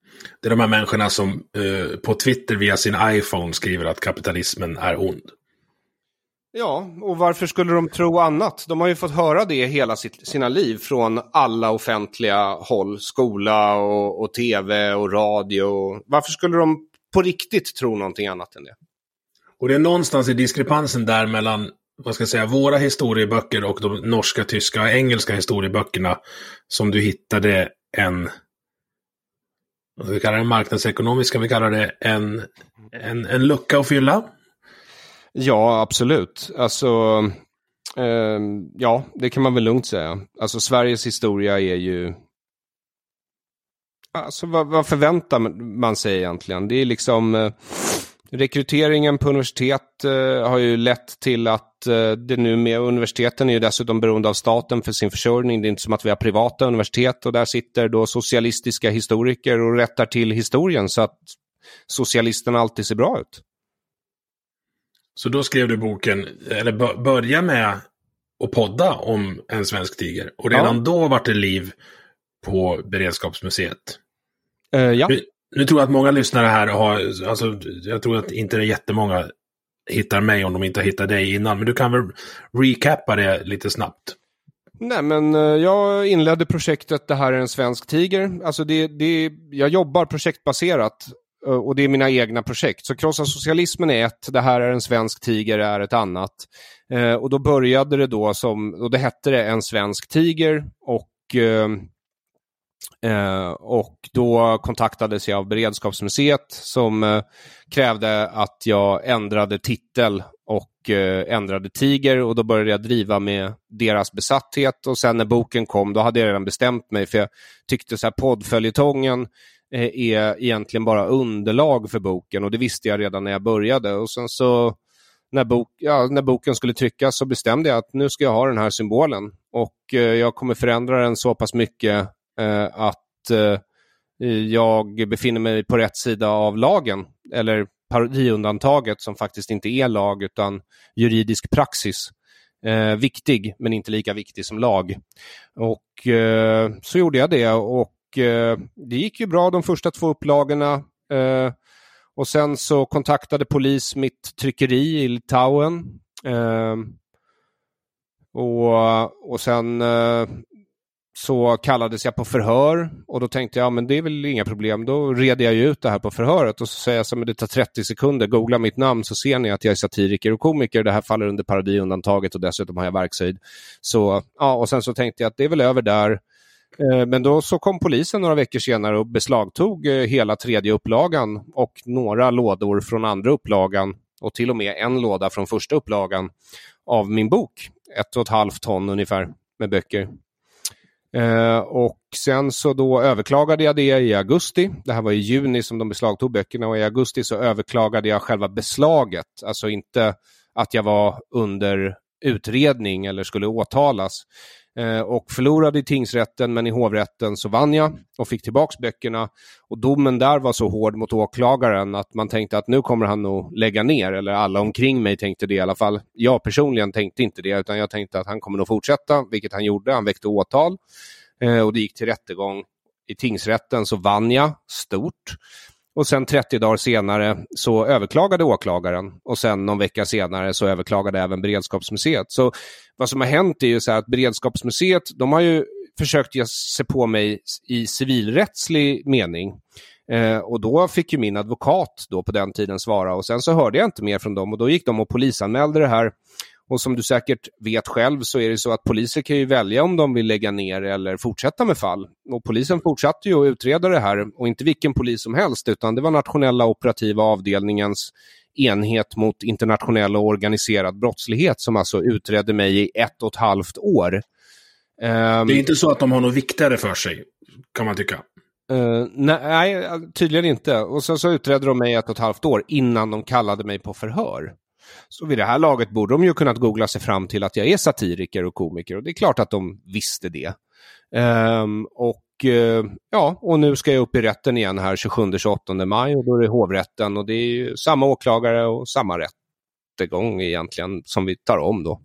Det är de här människorna som eh, på Twitter via sin iPhone skriver att kapitalismen är ond. Ja, och varför skulle de tro annat? De har ju fått höra det hela sitt, sina liv från alla offentliga håll. Skola och, och tv och radio. Varför skulle de på riktigt tro någonting annat än det? Och det är någonstans i diskrepansen där mellan, vad ska jag säga, våra historieböcker och de norska, tyska och engelska historieböckerna som du hittade en, vad vi kallar det, marknadsekonomiska, vi kallar det en, en, en lucka att fylla. Ja, absolut. Alltså, eh, ja, det kan man väl lugnt säga. Alltså, Sveriges historia är ju... Alltså, vad, vad förväntar man sig egentligen? Det är liksom... Eh, rekryteringen på universitet eh, har ju lett till att eh, det nu med universiteten är ju dessutom beroende av staten för sin försörjning. Det är inte som att vi har privata universitet och där sitter då socialistiska historiker och rättar till historien så att socialisterna alltid ser bra ut. Så då skrev du boken, eller börja med att podda om en svensk tiger. Och redan ja. Då var det liv på Beredskapsmuseet. Uh, ja. Nu, nu tror jag att många lyssnare här har, alltså jag tror att inte det är jättemånga hittar mig om de inte hittar dig innan. Men du kan väl recappa det lite snabbt? Nej, men jag inledde projektet Det här är en svensk tiger. Alltså det, det, jag jobbar projektbaserat. Och det är mina egna projekt. Så Krossa socialismen är ett, Det här är en svensk tiger är ett annat. Eh, och då började det då som, och det hette det En svensk tiger. Och, eh, och då kontaktades jag av Beredskapsmuseet som eh, krävde att jag ändrade titel och eh, ändrade tiger. Och då började jag driva med deras besatthet. Och sen när boken kom, då hade jag redan bestämt mig. För jag tyckte så här poddföljetongen är egentligen bara underlag för boken och det visste jag redan när jag började och sen så när, bok, ja, när boken skulle tryckas så bestämde jag att nu ska jag ha den här symbolen och eh, jag kommer förändra den så pass mycket eh, att eh, jag befinner mig på rätt sida av lagen eller parodiundantaget som faktiskt inte är lag utan juridisk praxis. Eh, viktig men inte lika viktig som lag och eh, så gjorde jag det och det gick ju bra de första två upplagorna eh, och sen så kontaktade polis mitt tryckeri i Litauen eh, och, och sen eh, så kallades jag på förhör och då tänkte jag, ja men det är väl inga problem, då red jag ju ut det här på förhöret och så säger jag så men det tar trettio sekunder, googla mitt namn så ser ni att jag är satiriker och komiker, det här faller under parodiundantaget och dessutom har jag verkshöjd. Så ja, och sen så tänkte jag att det är väl över där. Men då så kom polisen några veckor senare och beslagtog hela tredje upplagan och några lådor från andra upplagan och till och med en låda från första upplagan av min bok. Ett och ett halvt ton ungefär med böcker. Och sen så då överklagade jag det i augusti. Det här var i juni som de beslagtog böckerna och i augusti så överklagade jag själva beslaget. Alltså inte att jag var under utredning eller skulle åtalas. Och förlorade i tingsrätten men i hovrätten så vann jag och fick tillbaks böckerna och domen där var så hård mot åklagaren att man tänkte att nu kommer han nog lägga ner eller alla omkring mig tänkte det i alla fall. Jag personligen tänkte inte det utan jag tänkte att han kommer nog fortsätta vilket han gjorde, han väckte åtal och det gick till rättegång i tingsrätten så vann jag stort. Och sen trettio dagar senare så överklagade åklagaren och sen någon vecka senare så överklagade även Beredskapsmuseet. Så vad som har hänt är ju så här att Beredskapsmuseet, de har ju försökt ge sig på mig i civilrättslig mening. Eh, och då fick ju min advokat då på den tiden svara och sen så hörde jag inte mer från dem och då gick de och polisanmälde det här. Och som du säkert vet själv så är det så att poliser kan ju välja om de vill lägga ner eller fortsätta med fall. Och polisen fortsatte ju att utreda det här och inte vilken polis som helst utan det var nationella operativa avdelningens enhet mot internationell och organiserad brottslighet som alltså utredde mig i ett och ett halvt år. Det är inte så att de har något viktigare för sig, kan man tycka. Uh, nej, tydligen inte. Och sen så utredde de mig ett och ett halvt år innan de kallade mig på förhör. Så vid det här laget borde de ju kunnat googla sig fram till att jag är satiriker och komiker. Och det är klart att de visste det. Um, och uh, ja, och nu ska jag upp i rätten igen här tjugosjunde till tjugoåttonde maj. Och då är det hovrätten och det är ju samma åklagare och samma rättegång egentligen som vi tar om då.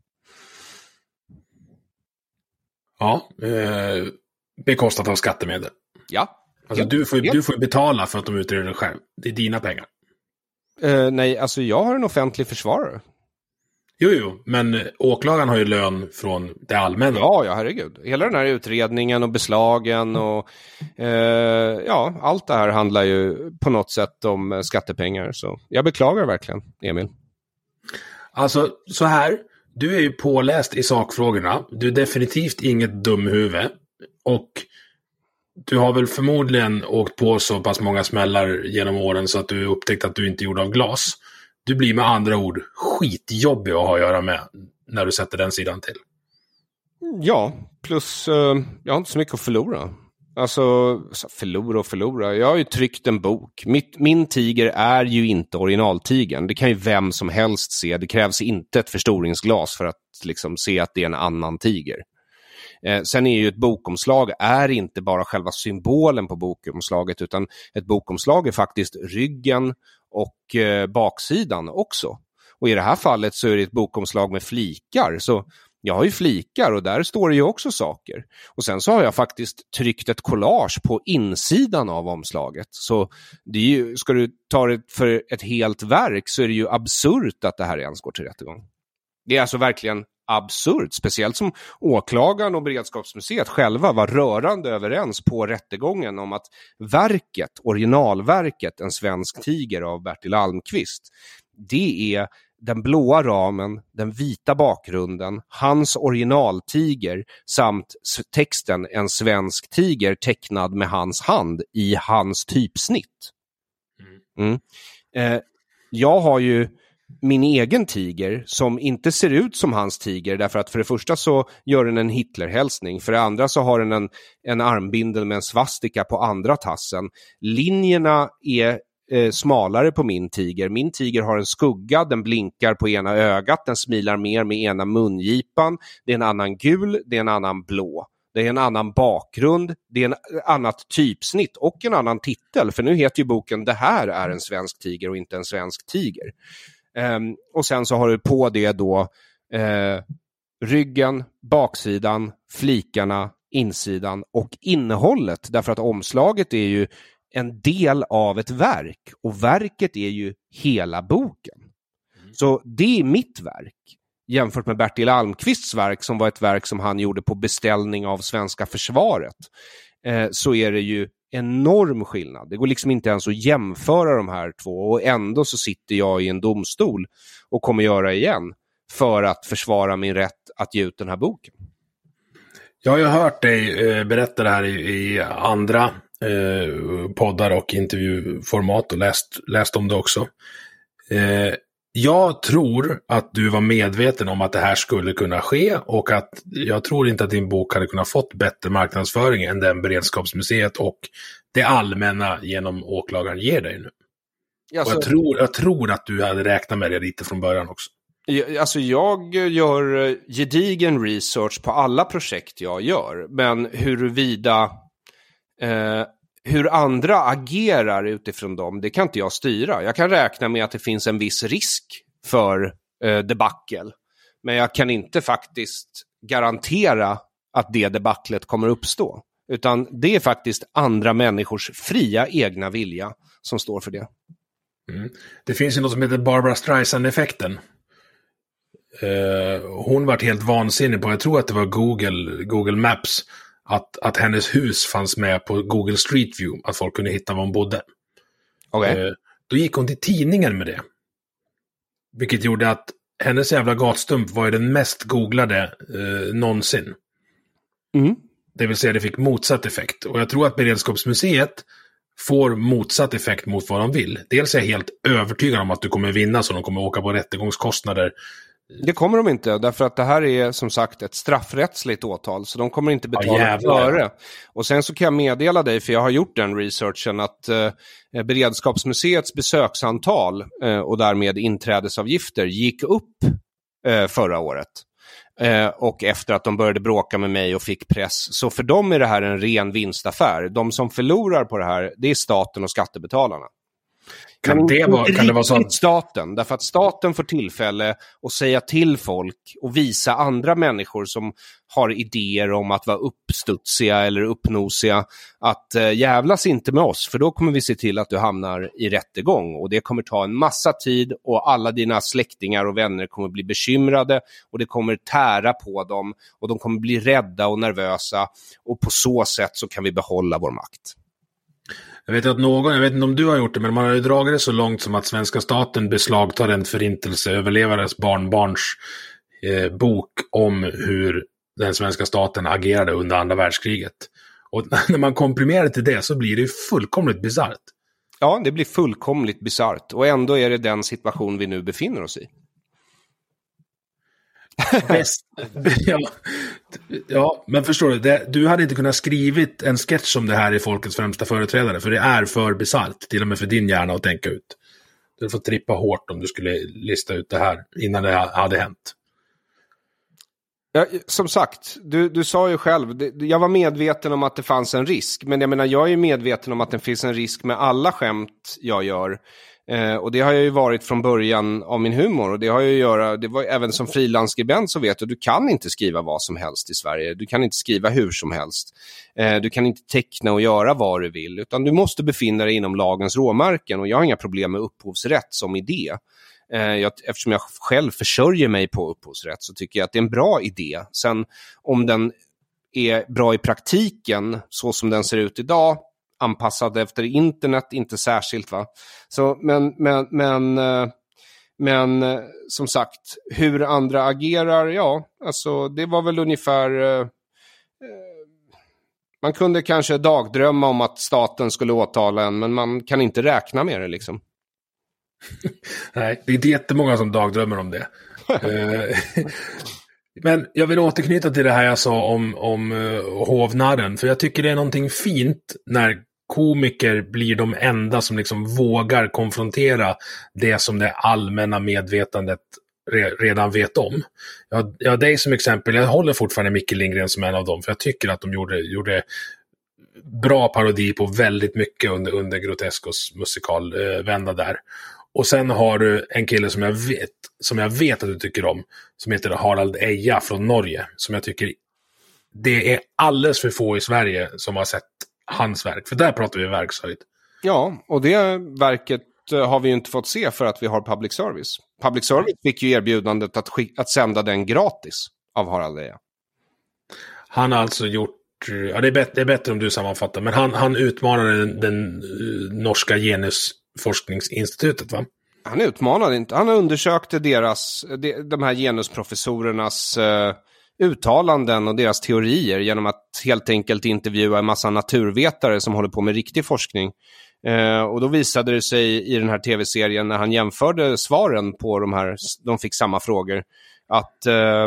Ja, eh, bekostat av skattemedel. Ja. Alltså helt, du, får, du får betala för att de utreder det själv. Det är dina pengar. Uh, nej, alltså jag har en offentlig försvarare. Jo, jo, men åklagaren har ju lön från det allmänna. Ja, ja, herregud. Hela den här utredningen och beslagen och uh, ja, allt det här handlar ju på något sätt om skattepengar. Så jag beklagar verkligen, Emil. Alltså, så här. Du är ju påläst i sakfrågorna. Du är definitivt inget dumhuvud. Och du har väl förmodligen åkt på så pass många smällar genom åren så att du upptäckt att du inte gjorde av glas. Du blir med andra ord skitjobbig att ha att göra med när du sätter den sidan till. Ja, plus uh, jag har inte så mycket att förlora. Alltså, förlora och förlora. Jag har ju tryckt en bok. Mitt, min tiger är ju inte originaltigern. Det kan ju vem som helst se. Det krävs inte ett förstoringsglas för att liksom se att det är en annan tiger. Eh, sen är ju ett bokomslag är inte bara själva symbolen på bokomslaget, utan ett bokomslag är faktiskt ryggen och eh, baksidan också. Och i det här fallet så är det ett bokomslag med flikar, så jag har ju flikar och där står det ju också saker. Och sen så har jag faktiskt tryckt ett collage på insidan av omslaget. Så det är ju, ska du ta det för ett helt verk så är det ju absurt att det här ens går till rättegång. Det är alltså verkligen absurt, speciellt som åklagaren och Beredskapsmuseet själva var rörande överens på rättegången om att verket, originalverket En svensk tiger av Bertil Almqvist, det är den blåa ramen, den vita bakgrunden, hans originaltiger samt texten En svensk tiger tecknad med hans hand i hans typsnitt. Mm. Eh, jag har ju min egen tiger som inte ser ut som hans tiger, därför att för det första så gör den en Hitlerhälsning, för det andra så har den en, en armbindel med en svastika på andra tassen. Linjerna är eh, smalare på min tiger. Min tiger har en skugga, den blinkar på ena ögat, den smilar mer med ena mungipan, det är en annan gul, det är en annan blå. Det är en annan bakgrund, det är en annat typsnitt och en annan titel, för nu heter ju boken Det här är en svensk tiger och inte en svensk tiger. Um, och sen så har du på det då uh, ryggen, baksidan, flikarna, insidan och innehållet, därför att omslaget är ju en del av ett verk och verket är ju hela boken. Mm. Så det är mitt verk jämfört med Bertil Almqvists verk som var ett verk som han gjorde på beställning av svenska försvaret. Uh, så är det ju enorm skillnad. Det går liksom inte ens att jämföra de här två, och ändå så sitter jag i en domstol och kommer göra igen för att försvara min rätt att ge ut den här boken. Jag har ju hört dig eh, berätta det här i, i andra eh, poddar och intervjuformat och läst, läst om det också. Eh, jag tror att du var medveten om att det här skulle kunna ske, och att jag tror inte att din bok hade kunnat fått bättre marknadsföring än den Beredskapsmuseet och det allmänna genom åklagaren ger dig nu. Alltså, och jag, tror, jag tror att du hade räknat med det lite från början också. Alltså jag gör gedigen research på alla projekt jag gör, men huruvida eh, hur andra agerar utifrån dem, det kan inte jag styra. Jag kan räkna med att det finns en viss risk för eh, debacle, men jag kan inte faktiskt garantera att det debaclet kommer uppstå. Utan det är faktiskt andra människors fria egna vilja som står för det. Mm. Det finns ju något som heter Barbara Streisand-effekten. Uh, hon var helt vansinnig på, jag tror att det var Google, Google Maps, att, att hennes hus fanns med på Google Street View, att folk kunde hitta var hon bodde. Okay. Uh, då gick hon till tidningen med det. Vilket gjorde att hennes jävla gatstump var ju den mest googlade uh, någonsin. Mm. Det vill säga det fick motsatt effekt. Och jag tror att Beredskapsmuseet får motsatt effekt mot vad de vill. Dels är jag helt övertygad om att du kommer vinna, så de kommer åka på rättegångskostnader. Det kommer de inte, därför att det här är som sagt ett straffrättsligt åtal, så de kommer inte betala före. Ja, och sen så kan jag meddela dig, för jag har gjort den researchen, att eh, Beredskapsmuseets besöksantal eh, och därmed inträdesavgifter gick upp eh, förra året. Eh, och efter att de började bråka med mig och fick press. Så för dem är det här en ren vinstaffär. De som förlorar på det här, det är staten och skattebetalarna. Kan det vara, kan det vara så? Staten, därför att staten får tillfälle att säga till folk och visa andra människor som har idéer om att vara uppstudsiga eller uppnosiga att äh, jävlas inte med oss, för då kommer vi se till att du hamnar i rättegång, och det kommer ta en massa tid och alla dina släktingar och vänner kommer bli bekymrade och det kommer tära på dem och de kommer bli rädda och nervösa, och på så sätt så kan vi behålla vår makt. Jag vet att någon, jag vet inte om du har gjort det, men man har ju dragit det så långt som att svenska staten beslagtar en förintelseöverlevares barnbarns eh, bok om hur den svenska staten agerade under andra världskriget. Och när man komprimerar till det så blir det ju fullkomligt bizarrt. Ja, det blir fullkomligt bizarrt, och ändå är det den situation vi nu befinner oss i. Bäst, ja, ja, men förstår du, det, du hade inte kunnat skrivit en sketch om det här i Folkets främsta företrädare, för det är för bizarrt, till och med för din hjärna att tänka ut. Du får trippa hårt om du skulle lista ut det här innan det hade hänt. Ja, som sagt, du, du sa ju själv, det, jag var medveten om att det fanns en risk, men jag menar, jag är medveten om att det finns en risk med alla skämt jag gör. Eh, och det har jag ju varit från början av min humor, och det har jag ju göra, det var även som frilansskribent, så vet du, du kan inte skriva vad som helst i Sverige, du kan inte skriva hur som helst, eh, du kan inte teckna och göra vad du vill, utan du måste befinna dig inom lagens råmärken, och jag har inga problem med upphovsrätt som idé. Eh, jag, eftersom jag själv försörjer mig på upphovsrätt, så tycker jag att det är en bra idé. Sen om den är bra i praktiken så som den ser ut idag, anpassad efter internet, inte särskilt, va. Så, men, men, men, men som sagt, hur andra agerar, ja, alltså det var väl ungefär, eh, man kunde kanske dagdrömma om att staten skulle åtala en, men man kan inte räkna med det liksom. Nej, det är inte jättemånga som dagdrömmer om det. Men jag vill återknyta till det här jag sa om, om uh, hovnarren, för jag tycker det är någonting fint när komiker blir de enda som liksom vågar konfrontera det som det allmänna medvetandet re- redan vet om. Jag, jag har dig som exempel, jag håller fortfarande Micke Lindgren som en av dem, för jag tycker att de gjorde, gjorde bra parodi på väldigt mycket under, under Groteskos musikalvända uh, där. Och sen har du en kille som jag vet som jag vet att du tycker om, som heter Harald Eja från Norge, som jag tycker det är alldeles för få i Sverige som har sett hans verk, för där pratar vi verkshöjd. Ja, och det verket har vi ju inte fått se för att vi har public service. Public service fick ju erbjudandet att, sk- att sända den gratis av Harald Eja. Han har alltså gjort, ja det är, bet- det är bättre om du sammanfattar, men han, han utmanade den, den uh, norska genusforskningsinstitutet, va? Han utmanade inte, han undersökte deras, de, de här genusprofessorernas uh, uttalanden och deras teorier genom att helt enkelt intervjua en massa naturvetare som håller på med riktig forskning. Uh, och då visade det sig i den här tv-serien, när han jämförde svaren på de här, de fick samma frågor, att uh,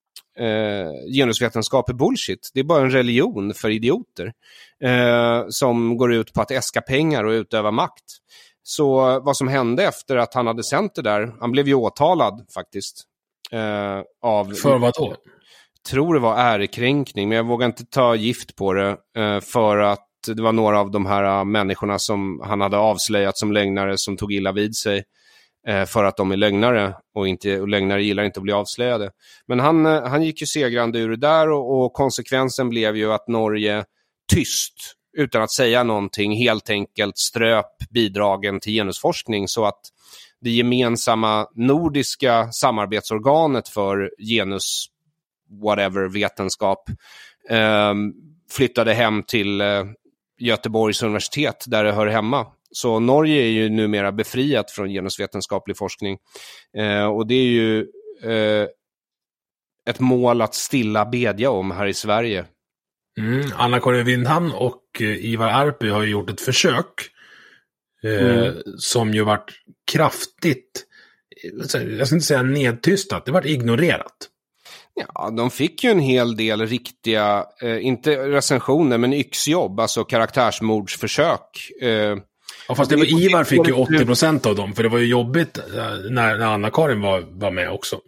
uh, genusvetenskap är bullshit. Det är bara en religion för idioter uh, som går ut på att äska pengar och utöva makt. Så vad som hände efter att han hade sänt det där, han blev ju åtalad faktiskt. Eh, av, för vad då? Tror det var ärekränkning, men jag vågar inte ta gift på det. Eh, för att det var några av de här människorna som han hade avslöjat som lögnare som tog illa vid sig. Eh, för att de är lögnare, och, inte, och lögnare gillar inte att bli avslöjade. Men han, han gick ju segrande ur det där, och, och konsekvensen blev ju att Norge tyst, utan att säga någonting, helt enkelt ströp bidragen till genusforskning, så att det gemensamma nordiska samarbetsorganet för genus whatever vetenskap eh, flyttade hem till eh, Göteborgs universitet där det hör hemma. Så Norge är ju numera befriat från genusvetenskaplig forskning. Eh, och det är ju eh, ett mål att stilla bedja om här i Sverige. Mm, Anna-Karin Windhamn och eh, Ivar Arpi har ju gjort ett försök eh, mm. som ju varit kraftigt, jag ska inte säga nedtystat, det varit ignorerat. Ja, de fick ju en hel del riktiga, eh, inte recensioner, men yxjobb, alltså karaktärsmordsförsök. Eh, ja, fast det var, Ivar fick ju åttio procent av dem, för det var ju jobbigt när, när Anna-Karin var, var med också.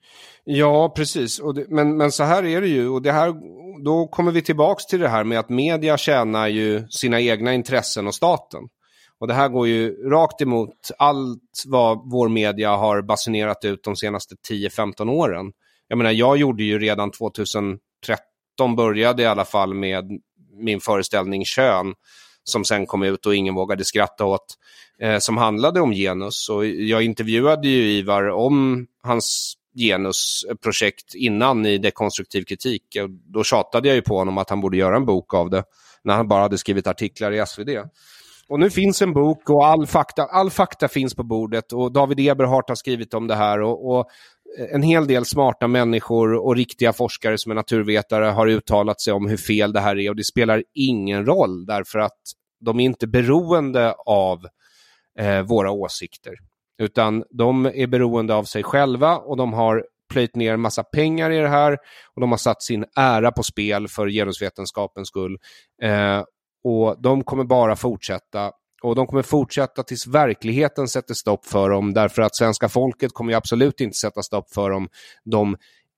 Ja, precis. Och det, men, men så här är det ju. Och det här, då kommer vi tillbaks till det här med att media tjänar ju sina egna intressen och staten. Och det här går ju rakt emot allt vad vår media har basunerat ut de senaste tio femton åren. Jag menar, jag gjorde ju redan tjugohundratretton, började i alla fall med min föreställning Kön, som sen kom ut och ingen vågade skratta åt, eh, som handlade om genus. Och jag intervjuade ju Ivar om hans genusprojekt innan i Dekonstruktiv kritik. Och då tjatade jag ju på honom att han borde göra en bok av det, när han bara hade skrivit artiklar i S V D. Och nu finns en bok och all fakta, all fakta finns på bordet, och David Eberhardt har skrivit om det här, och, och en hel del smarta människor och riktiga forskare som är naturvetare har uttalat sig om hur fel det här är, och det spelar ingen roll därför att de är inte beroende av eh, våra åsikter, utan de är beroende av sig själva, och de har plöjt ner en massa pengar i det här, och de har satt sin ära på spel för genusvetenskapens skull. Eh, och de kommer bara fortsätta, och de kommer fortsätta tills verkligheten sätter stopp för dem, därför att svenska folket kommer ju absolut inte sätta stopp för dem, de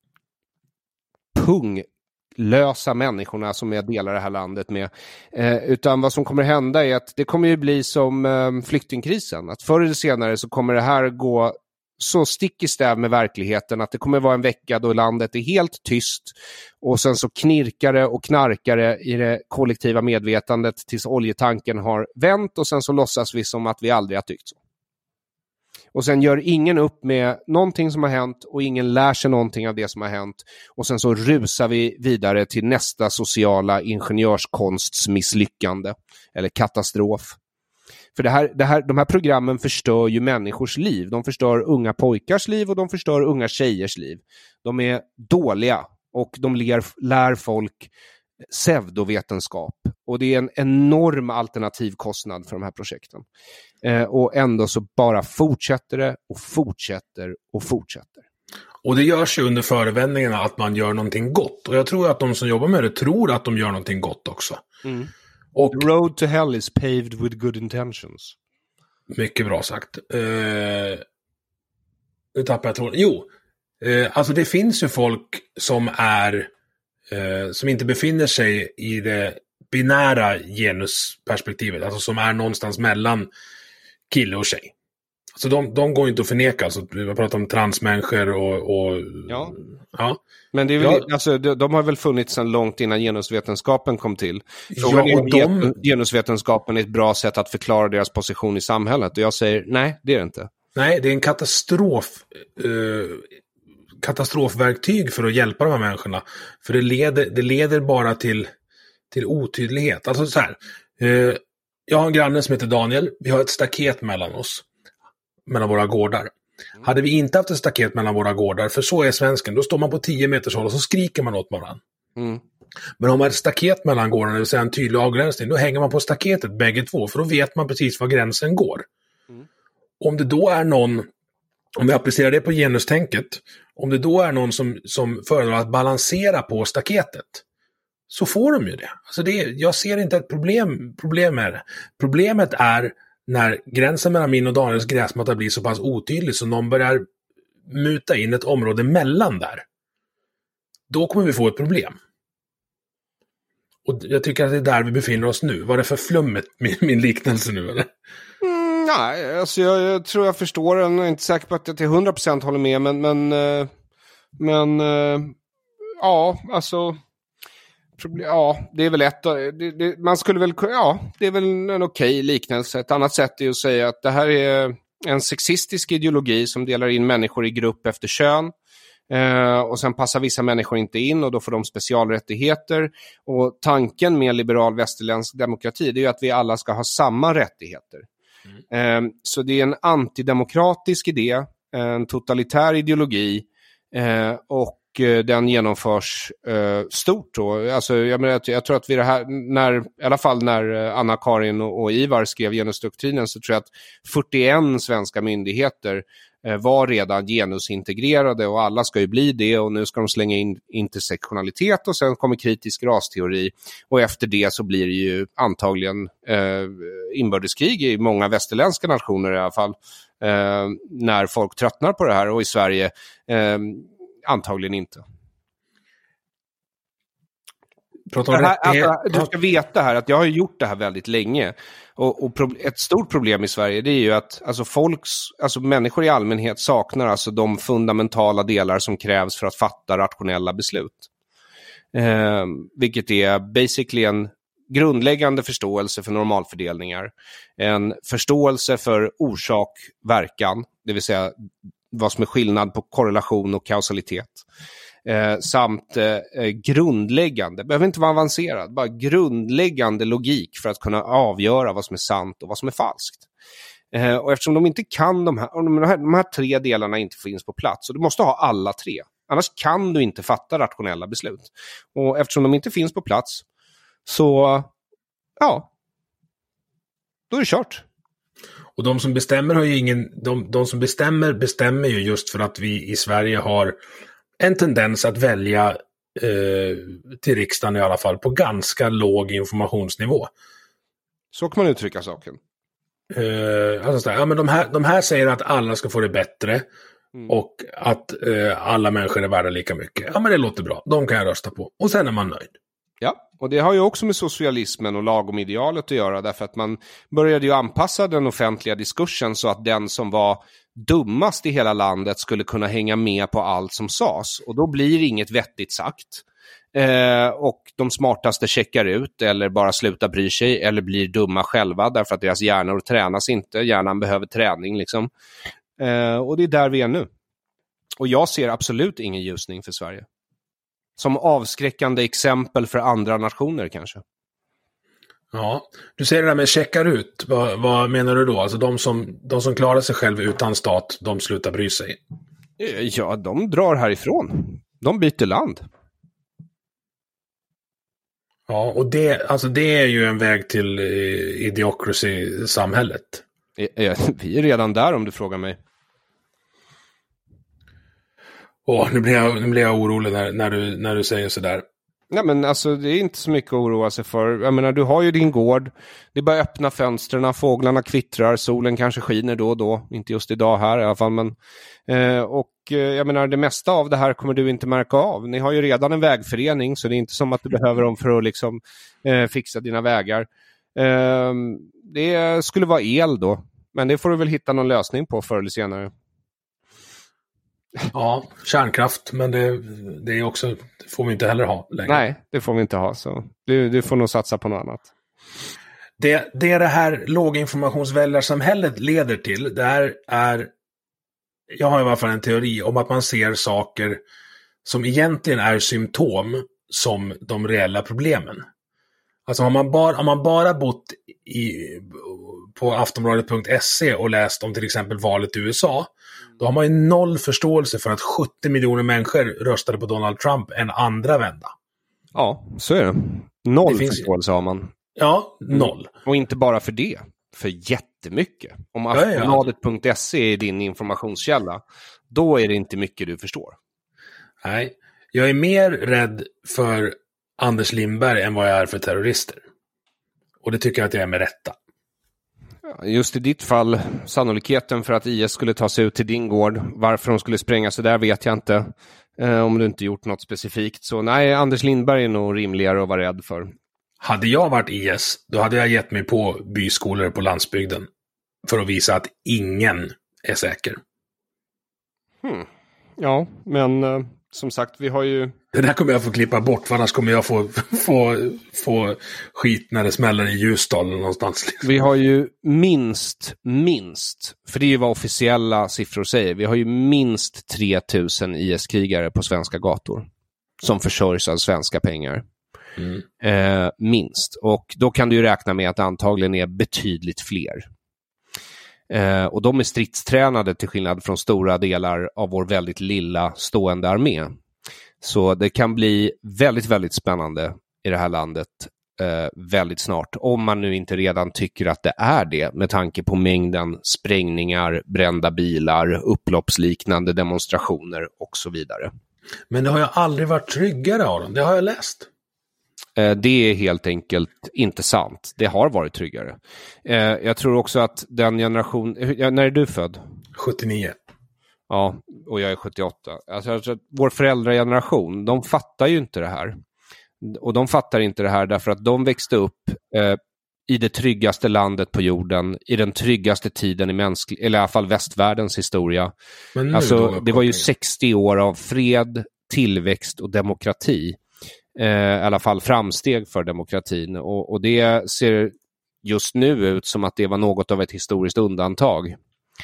punglösa människorna som jag delar det här landet med. Eh, utan vad som kommer hända är att det kommer ju bli som eh, flyktingkrisen, att förr eller senare så kommer det här gå så stick i stäv med verkligheten att det kommer vara en vecka då landet är helt tyst, och sen så knirkar det och knarkar det i det kollektiva medvetandet tills oljetanken har vänt, och sen så låtsas vi som att vi aldrig har tyckt så. Och sen gör ingen upp med någonting som har hänt, och ingen lär sig någonting av det som har hänt, och sen så rusar vi vidare till nästa sociala ingenjörskonstmisslyckande eller katastrof. För det här, det här, de här programmen förstör ju människors liv. De förstör unga pojkars liv, och de förstör unga tjejers liv. De är dåliga, och de lär, lär folk pseudovetenskap. Och det är en enorm alternativkostnad för de här projekten. Eh, och ändå så bara fortsätter det och fortsätter och fortsätter. Och det görs ju under förevändningarna att man gör någonting gott. Och jag tror att de som jobbar med det tror att de gör någonting gott också. Mm. Och the road to hell is paved with good intentions. Mycket bra sagt. Eh, nu tappar jag tråden. Jo, eh, alltså det finns ju folk som är eh, som inte befinner sig i det binära genusperspektivet. Alltså som är någonstans mellan kille och tjej. Så de, de går inte att förneka. Alltså, vi pratar om transmänniskor och... och ja. ja. Men det är väl, ja. alltså, de, de har väl funnits sedan långt innan genusvetenskapen kom till. Frågan ja, är om de... genusvetenskapen är ett bra sätt att förklara deras position i samhället. Och jag säger, nej, det är det inte. Nej, det är en katastrof... Uh, katastrofverktyg för att hjälpa de här människorna. För det leder, det leder bara till, till otydlighet. Alltså så här... Uh, jag har en granne som heter Daniel. Vi har ett staket mellan oss. Mellan våra gårdar. Mm. Hade vi inte haft ett staket mellan våra gårdar, för så är svensken, då står man på tio meters håll och så skriker man åt varandra. Mm. Men om man har ett staket mellan gårdarna, det vill säga en tydlig avgränsning, då hänger man på staketet bägge två, för då vet man precis var gränsen går. Mm. Om det då är någon, om vi applicerar det på genustänket, om det då är någon som, som föredrar att balansera på staketet, så får de ju det. Alltså det, jag ser inte ett problem, problem med det. Problemet är när gränsen mellan min och Daniels gräsmatta blir så pass otydlig så någon börjar muta in ett område mellan där. Då kommer vi få ett problem. Och jag tycker att det är där vi befinner oss nu. Var det för flummet min, min liknelse nu, eller? Mm, nej, alltså jag, jag tror jag förstår den. Jag är inte säker på att jag till hundra procent håller med, men men, men ja, alltså... Ja, det är väl ett, det, det, man skulle väl, ja, det är väl en okej liknelse. Ett annat sätt är att säga att det här är en sexistisk ideologi som delar in människor i grupp efter kön. Eh, och sen passar vissa människor inte in, och då får de specialrättigheter. Och tanken med liberal västerländsk demokrati, det är ju att vi alla ska ha samma rättigheter. Mm. Eh, så det är en antidemokratisk idé, en totalitär ideologi, eh, och den genomförs eh, stort då. Alltså, jag, menar, jag tror att vi det här, när, i alla fall när Anna-Karin och, och Ivar skrev genusdoktrinen, så tror jag att fyrtioen svenska myndigheter eh, var redan genusintegrerade, och alla ska ju bli det, och nu ska de slänga in intersektionalitet, och sen kommer kritisk rasteori, och efter det så blir det ju antagligen eh, inbördeskrig i många västerländska nationer i alla fall, eh, när folk tröttnar på det här, och i Sverige eh, antagligen inte. Prata om det här, rättighet. alltså, du ska veta här att jag har gjort det här väldigt länge. Och, och pro- ett stort problem i Sverige, det är ju att alltså, folks, alltså, människor i allmänhet saknar alltså de fundamentala delar som krävs för att fatta rationella beslut. Eh, vilket är basically en grundläggande förståelse för normalfördelningar. En förståelse för orsak-verkan, det vill säga vad som är skillnad på korrelation och kausalitet. Eh, samt eh, grundläggande, behöver inte vara avancerad, bara grundläggande logik för att kunna avgöra vad som är sant och vad som är falskt. Eh, och eftersom de inte kan de här, de här, de här tre delarna inte finns på plats, och du måste ha alla tre, annars kan du inte fatta rationella beslut. Och eftersom de inte finns på plats, så ja, då är det kört. Och de som bestämmer har ju ingen, de, de som bestämmer bestämmer ju just för att vi i Sverige har en tendens att välja eh, till riksdagen i alla fall på ganska låg informationsnivå. Så kan man uttrycka saken. Eh, alltså så här, ja, men de, här, de här säger att alla ska få det bättre mm. och att eh, alla människor är värda lika mycket. Ja, men det låter bra. De kan jag rösta på. Och sen är man nöjd. Ja, och det har ju också med socialismen och lagom-idealet att göra, därför att man började ju anpassa den offentliga diskursen så att den som var dummast i hela landet skulle kunna hänga med på allt som sas. Och då blir inget vettigt sagt. Eh, och de smartaste checkar ut eller bara slutar bry sig eller blir dumma själva därför att deras hjärnor tränas inte. Hjärnan behöver träning liksom. Eh, och det är där vi är nu. Och jag ser absolut ingen ljusning för Sverige. Som avskräckande exempel för andra nationer kanske. Ja, du säger det där med checkar ut. Vad, vad menar du då? Alltså de som, de som klarar sig själv utan stat, de slutar bry sig. Ja, de drar härifrån. De byter land. Ja, och det, alltså det är ju en väg till eh, idiocracy-samhället. Ja, vi är redan där om du frågar mig. Åh, nu blir jag, nu blir jag orolig när, när, du, när du säger sådär. Nej, men alltså det är inte så mycket att oroa sig för. Jag menar, du har ju din gård. Det är bara att öppna fönsterna, fåglarna kvittrar, solen kanske skiner då och då. Inte just idag här i alla fall. Men, eh, och eh, jag menar, det mesta av det här kommer du inte märka av. Ni har ju redan en vägförening, så det är inte som att du behöver dem för att liksom, eh, fixa dina vägar. Eh, det skulle vara el då. Men det får du väl hitta någon lösning på förr eller senare. Ja, kärnkraft, men det, det är också, det får vi inte heller ha längre. Nej, det får vi inte ha, så du, du får nog satsa på något annat. Det, det det här låginformationsväljarsamhället leder till, det är, är, jag har i alla fall en teori om att man ser saker som egentligen är symptom som de reella problemen. Alltså om man bara, om man bara bott i, på aftonbladet punkt se och läst om till exempel valet i U S A, då har man ju noll förståelse för att sjuttio miljoner människor röstade på Donald Trump en andra vända. Ja, så är det. Noll det förståelse har man. Ja, noll. Mm. Och inte bara för det, för jättemycket. Om aftonbladet punkt se är din informationskälla, då är det inte mycket du förstår. Nej, jag är mer rädd för Anders Lindberg än vad jag är för terrorister. Och det tycker jag att jag är med rätta. Just i ditt fall, sannolikheten för att I S skulle ta sig ut till din gård, varför de skulle spränga så där vet jag inte. Eh, om du inte gjort något specifikt. Så nej, Anders Lindberg är nog rimligare att vara rädd för. Hade jag varit I S, då hade jag gett mig på byskolor på landsbygden. För att visa att ingen är säker. Hmm. Ja, men eh, som sagt, vi har ju... Det där kommer jag få klippa bort, för annars kommer jag få, få, få skit när det smäller i Ljusdal eller någonstans. Vi har ju minst, minst, för det är ju vad officiella siffror säger, vi har ju minst tre tusen I S-krigare på svenska gator som försörjs av svenska pengar. Mm. Eh, minst. Och då kan du ju räkna med att det antagligen är betydligt fler. Eh, och de är stridstränade till skillnad från stora delar av vår väldigt lilla stående armé. Så det kan bli väldigt, väldigt spännande i det här landet eh, väldigt snart. Om man nu inte redan tycker att det är det, med tanke på mängden sprängningar, brända bilar, upploppsliknande demonstrationer och så vidare. Men det har jag aldrig varit tryggare av dem. Det har jag läst. Eh, det är helt enkelt inte sant. Det har varit tryggare. Eh, jag tror också att den generation... När är du född? sjuttionio. Ja, och jag är sjuttioåtta. Alltså, alltså, vår föräldrageneration, de fattar ju inte det här. Och de fattar inte det här därför att de växte upp eh, i det tryggaste landet på jorden, i den tryggaste tiden i mänsklig, eller i alla fall västvärldens historia. Alltså, det var ju sextio år av fred, tillväxt och demokrati. Eh, I alla fall framsteg för demokratin. Och, och det ser just nu ut som att det var något av ett historiskt undantag.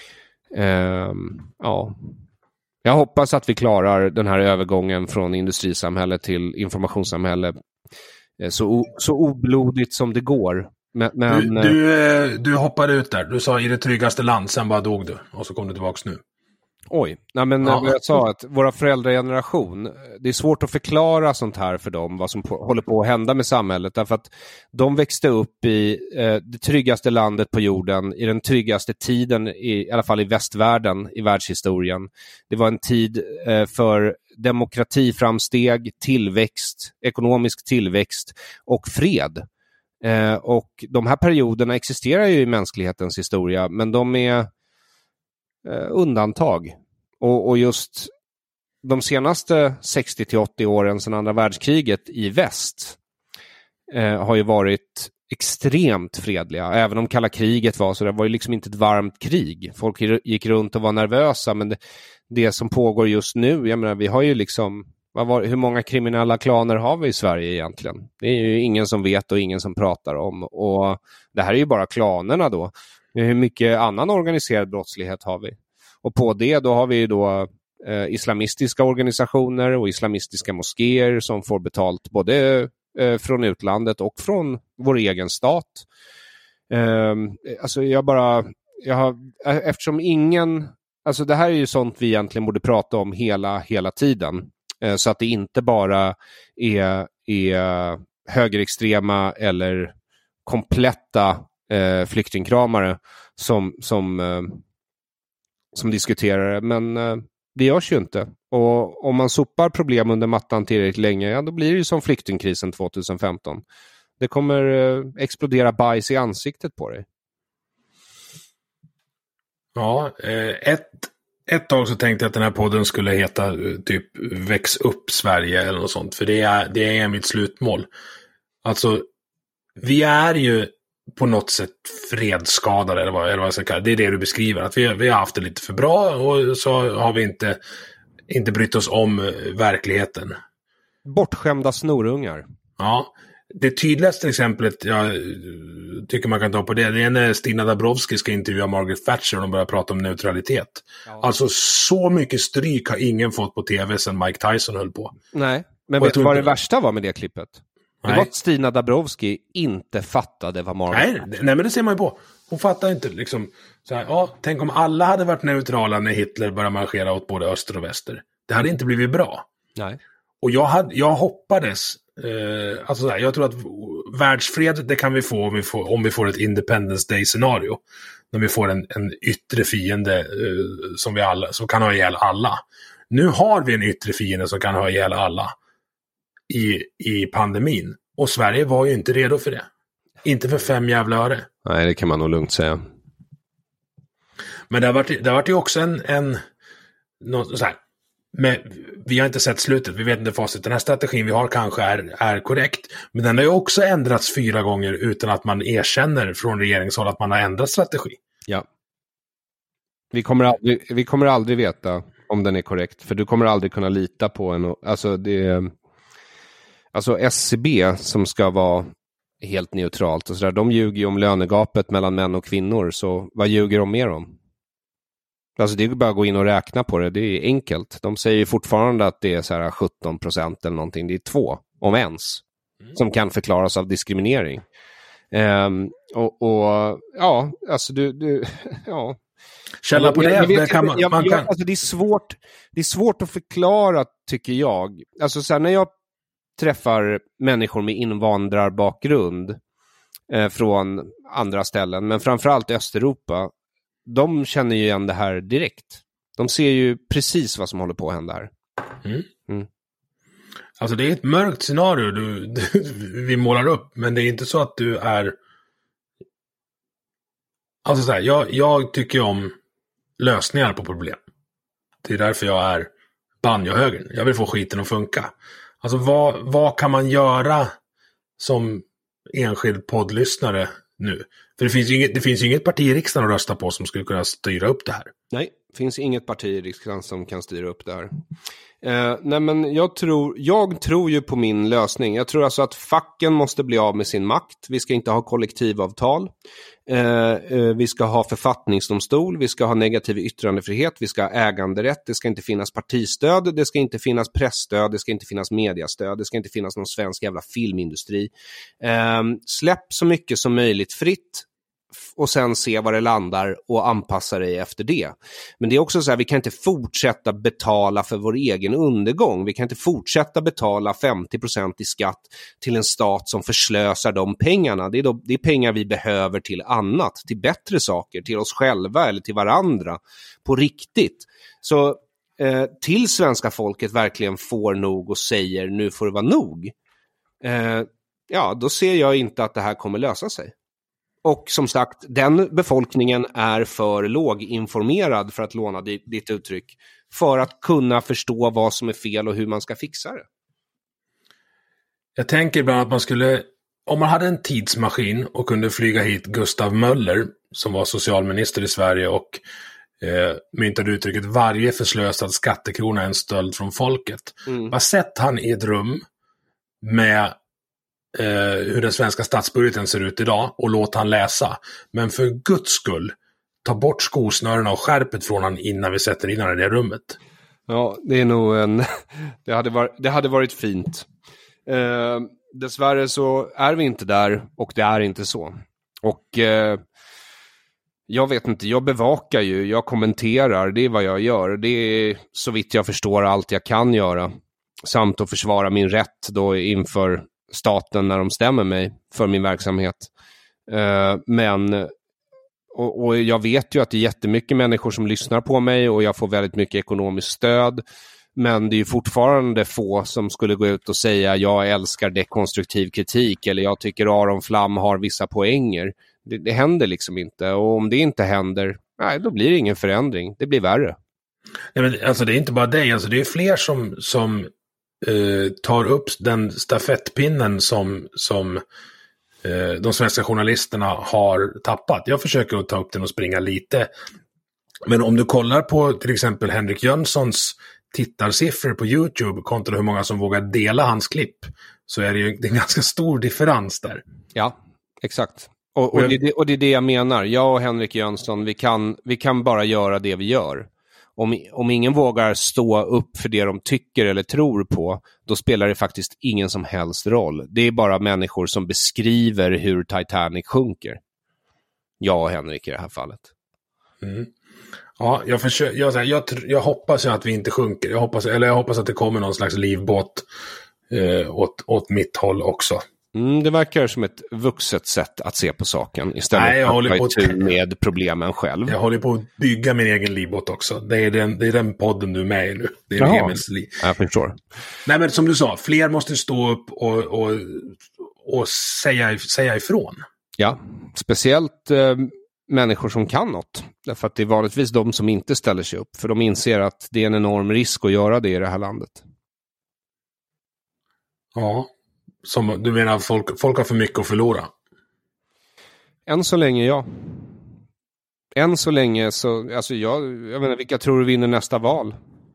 Eh, ja... Jag hoppas att vi klarar den här övergången från industrisamhälle till informationssamhälle så, så oblodigt som det går. Men, men... Du, du, du hoppade ut där. Du sa i det tryggaste land, sen bara dog du. Och så kom du tillbaka nu. Oj, nej men ja. Jag sa att våra föräldrageneration, det är svårt att förklara sånt här för dem, vad som på, håller på att hända med samhället, därför att de växte upp i eh, det tryggaste landet på jorden, i den tryggaste tiden, i, i alla fall i västvärlden, i världshistorien. Det var en tid eh, för demokratiframsteg, tillväxt, ekonomisk tillväxt och fred. Eh, och de här perioderna existerar ju i mänsklighetens historia, men de är Eh, undantag. Och, och just de senaste sextio till åttio åren sedan andra världskriget i väst eh, har ju varit extremt fredliga. Även om kalla kriget var så, det var ju liksom inte ett varmt krig. Folk gick runt och var nervösa, men det, det som pågår just nu, jag menar, vi har ju liksom, vad var, hur många kriminella klaner har vi i Sverige egentligen? Det är ju ingen som vet och ingen som pratar om. Och det här är ju bara klanerna då. Hur mycket annan organiserad brottslighet har vi? Och på det då har vi ju då eh, islamistiska organisationer och islamistiska moskéer som får betalt både eh, från utlandet och från vår egen stat. Eh, alltså jag bara, jag har, eftersom ingen, alltså det här är ju sånt vi egentligen borde prata om hela, hela tiden. Eh, så att det inte bara är, är högerextrema eller kompletta Eh, flyktingkramare som, som, eh, som diskuterar det. Men eh, det görs ju inte. Och om man sopar problem under mattan tillräckligt länge, ja, då blir det ju som flyktingkrisen tjugohundrafemton. Det kommer eh, explodera bajs i ansiktet på dig. Ja, eh, ett, ett tag så tänkte jag att den här podden skulle heta typ Väx upp Sverige eller något sånt. För det är, det är mitt slutmål. Alltså, vi är ju på något sätt fredsskadade eller vad, eller vad jag ska kalla det. Det är det du beskriver. Att vi, vi har haft det lite för bra och så har vi inte, inte brytt oss om verkligheten. Bortskämda snorungar. Ja. Det tydligaste exemplet jag tycker man kan ta på det, det är när Stina Dabrowski ska intervjua Margaret Thatcher och de börjar prata om neutralitet. Ja. Alltså så mycket stryk har ingen fått på tv sedan Mike Tyson höll på. Nej, men vet du vad det värsta var med det klippet? Det Nej. var att Stina Dabrowski inte fattade vad Margaret... Nej, nej, men det ser man ju på. Hon fattar inte liksom så här, ja, tänk om alla hade varit neutrala när Hitler började marschera åt både öster och väster. Det hade inte blivit bra. Nej. Och jag, hade, jag hoppades, eh, alltså så här, jag tror att världsfred, det kan vi få om vi får, om vi får ett Independence Day-scenario. När vi får en, en yttre fiende eh, som, vi alla, som kan ha ihjäl alla. Nu har vi en yttre fiende som kan ha ihjäl alla. I, i pandemin. Och Sverige var ju inte redo för det. Inte för fem jävla öre. Nej, det kan man nog lugnt säga. Men det har varit, det har varit ju också en, en något, så här, med, vi har inte sett slutet, vi vet inte facit. Den här strategin vi har kanske är, är korrekt. Men den har ju också ändrats fyra gånger utan att man erkänner från regeringshåll att man har ändrat strategi. Ja. Vi kommer aldrig, vi kommer aldrig veta om den är korrekt. För du kommer aldrig kunna lita på en. Alltså det Alltså S C B som ska vara helt neutralt och så där, de ljuger ju om lönegapet mellan män och kvinnor, så vad ljuger de mer om? Alltså det är bara att gå in och räkna på det, det är enkelt. De säger fortfarande att det är så här sjutton procent eller någonting, det är två, om ens, mm. som kan förklaras av diskriminering. Um, och, och ja, alltså du, du ja. Källa på det, jag, jag vet, kan man, jag, man kan... jag, alltså det är svårt, det är svårt att förklara, tycker jag. Alltså så här, när jag träffar människor med invandrarbakgrund eh, från andra ställen, men framförallt Östeuropa, de känner ju igen det här direkt. De ser ju precis vad som håller på att hända här. Mm. Mm. Alltså det är ett mörkt scenario du, du, vi målar upp, men det är inte så att du är... Alltså så här, jag, jag tycker om lösningar på problem. Det är därför jag är banjohögern. Jag vill få skiten att funka. Alltså vad, vad kan man göra som enskild poddlyssnare nu? För det finns ju inget, det finns ju inget parti i riksdagen att rösta på som skulle kunna styra upp det här. Nej, det finns inget parti i riksdagen som kan styra upp det här. Eh, nej men jag tror, jag tror ju på min lösning. Jag tror alltså att facken måste bli av med sin makt. Vi ska inte ha kollektivavtal. Eh, eh, vi ska ha författningsdomstol. Vi ska ha negativ yttrandefrihet. Vi ska ha äganderätt. Det ska inte finnas partistöd. Det ska inte finnas pressstöd. Det ska inte finnas mediastöd. Det ska inte finnas någon svensk jävla filmindustri. Eh, släpp så mycket som möjligt fritt. Och sen se var det landar och anpassa dig efter det. Men det är också så här, vi kan inte fortsätta betala för vår egen undergång. Vi kan inte fortsätta betala femtio procent i skatt till en stat som förslösar de pengarna. Det är, då, det är pengar vi behöver till annat, till bättre saker, till oss själva eller till varandra på riktigt. Så eh, till svenska folket verkligen får nog och säger nu får det vara nog. Eh, ja, då ser jag inte att det här kommer lösa sig. Och som sagt, den befolkningen är för låginformerad, för att låna ditt uttryck, för att kunna förstå vad som är fel och hur man ska fixa det. Jag tänker ibland att man skulle, om man hade en tidsmaskin och kunde flyga hit Gustav Möller, som var socialminister i Sverige och eh, myntade uttrycket varje förslösad skattekrona är en stöld från folket. Mm. Bara sätt han i ett rum med Eh, hur den svenska statsbudgeten ser ut idag och låt han läsa. Men för Guds skull, ta bort skosnörena och skärpet från han innan vi sätter in han i det rummet. Ja, det är nog en... det, hade varit, det hade varit fint. Eh, dessvärre så är vi inte där och det är inte så. Och eh, jag vet inte, jag bevakar ju, jag kommenterar, det är vad jag gör. Det är så vitt jag förstår allt jag kan göra. Samt att försvara min rätt då inför staten när de stämmer mig för min verksamhet. Uh, men och, och jag vet ju att det är jättemycket människor som lyssnar på mig och jag får väldigt mycket ekonomiskt stöd, men det är ju fortfarande få som skulle gå ut och säga jag älskar dekonstruktiv kritik eller jag tycker Aron Flam har vissa poänger. Det, det händer liksom inte, och om det inte händer, nej, då blir det ingen förändring, det blir värre. Ja, men alltså det är inte bara dig, alltså det är fler som, som Uh, tar upp den stafettpinnen som, som uh, de svenska journalisterna har tappat. Jag försöker att ta upp den och springa lite. Men om du kollar på till exempel Henrik Jönssons tittarsiffror på YouTube kontra hur många som vågar dela hans klipp, så är det ju det är en ganska stor differens där. Ja, exakt. Och, och, det, och det är det jag menar. Jag och Henrik Jönsson, vi kan, vi kan bara göra det vi gör. Om, om ingen vågar stå upp för det de tycker eller tror på, då spelar det faktiskt ingen som helst roll. Det är bara människor som beskriver hur Titanic sjunker. Jag och Henrik i det här fallet. Mm. Ja, jag, försöker, jag, jag, jag hoppas att vi inte sjunker. Jag hoppas, eller jag hoppas att det kommer någon slags livbåt eh, åt, åt mitt håll också. Mm, det verkar som ett vuxet sätt att se på saken istället Nej, jag för att på ta itu med problemen själv. Jag håller på att bygga min egen livbåt också. Det är den, det är den podden du är med i nu. Det är Emils liv. Jag förstår. Nej, men som du sa, fler måste stå upp och, och, och säga, säga ifrån. Ja, speciellt eh, människor som kan något. Därför att det är vanligtvis de som inte ställer sig upp. För de inser att det är en enorm risk att göra det i det här landet. Ja. Som, du menar att folk, folk har för mycket att förlora? Än så länge, ja. Än så länge så, alltså jag, jag menar, vilka tror du vinner nästa val?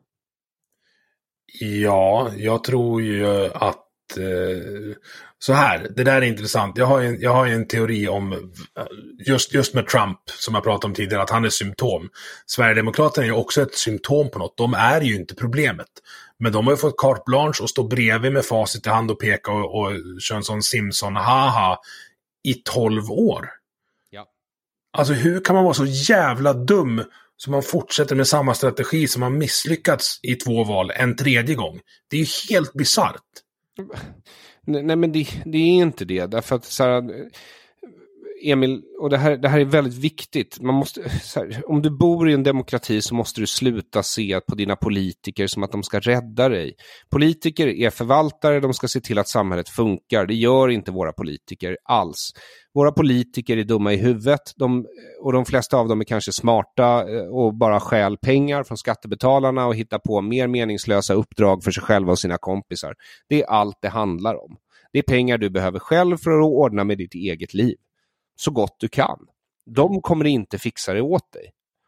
Ja, jag tror ju att eh, så här, det där är intressant. Jag har en, jag har en teori om just, just med Trump som jag pratade om tidigare, att han är symptom. Sverigedemokraterna är ju också ett symptom på något. De är ju inte problemet. Men de har ju fått carte blanche och stå bredvid med facit i hand och peka och, och köra en sån Simpson haha i tolv år. Ja. Alltså hur kan man vara så jävla dum så man fortsätter med samma strategi som har misslyckats i två val en tredje gång? Det är ju helt bizarrt. Nej, nej men det, det är inte det. Därför att så här, Emil, och det här, det här är väldigt viktigt. Man måste, så här, om du bor i en demokrati så måste du sluta se på dina politiker som att de ska rädda dig. Politiker är förvaltare, de ska se till att samhället funkar. Det gör inte våra politiker alls. Våra politiker är dumma i huvudet, de, och de flesta av dem är kanske smarta och bara stjäl pengar från skattebetalarna och hittar på mer meningslösa uppdrag för sig själva och sina kompisar. Det är allt det handlar om. Det är pengar du behöver själv för att ordna med ditt eget liv. Så gott du kan. De kommer inte fixa det åt dig.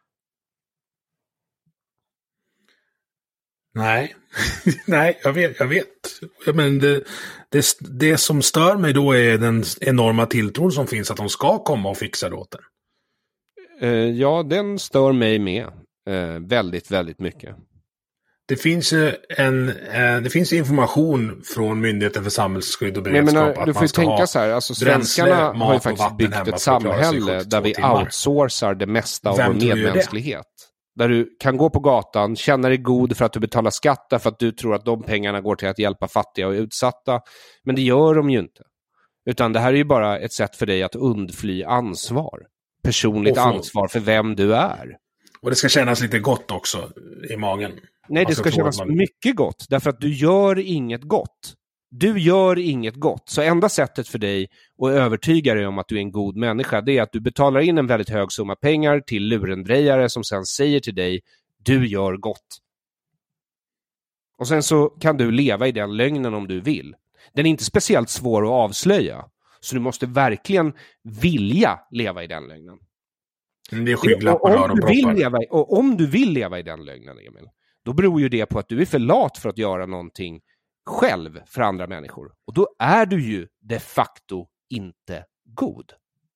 Nej, nej, jag vet. Jag vet. Men det, det, det som stör mig då är den enorma tilltron som finns att de ska komma och fixa det åt den. Uh, ja, den stör mig med. Uh, väldigt, väldigt mycket. Det finns en, en det finns information från Myndigheten för samhällsskydd och beredskap. Men, men, att du får man ju ska tänka ha så här, alltså bränsle, svenskarna mat har ju och faktiskt byggt ett samhälle där vi timmar. outsourcar det mesta av Vem vår tror ju medmänsklighet. Där du kan gå på gatan, känna dig god för att du betalar skatt för att du tror att de pengarna går till att hjälpa fattiga och utsatta. Men det gör de ju inte. Utan det här är ju bara ett sätt för dig att undfly ansvar. Personligt ansvar för vem du är. Och det ska kännas lite gott också i magen. Nej, det ska kännas man... mycket gott. Därför att du gör inget gott. Du gör inget gott. Så enda sättet för dig att övertyga dig om att du är en god människa, det är att du betalar in en väldigt hög summa pengar till lurendrejare som sen säger till dig, du gör gott. Och sen så kan du leva i den lögnen om du vill. Den är inte speciellt svår att avslöja. Så du måste verkligen vilja leva i den lögnen. Det är skygglappar och, och, och om du vill leva i den lögnen, Emil, då beror ju det på att du är för lat för att göra någonting själv för andra människor. Och då är du ju de facto inte god.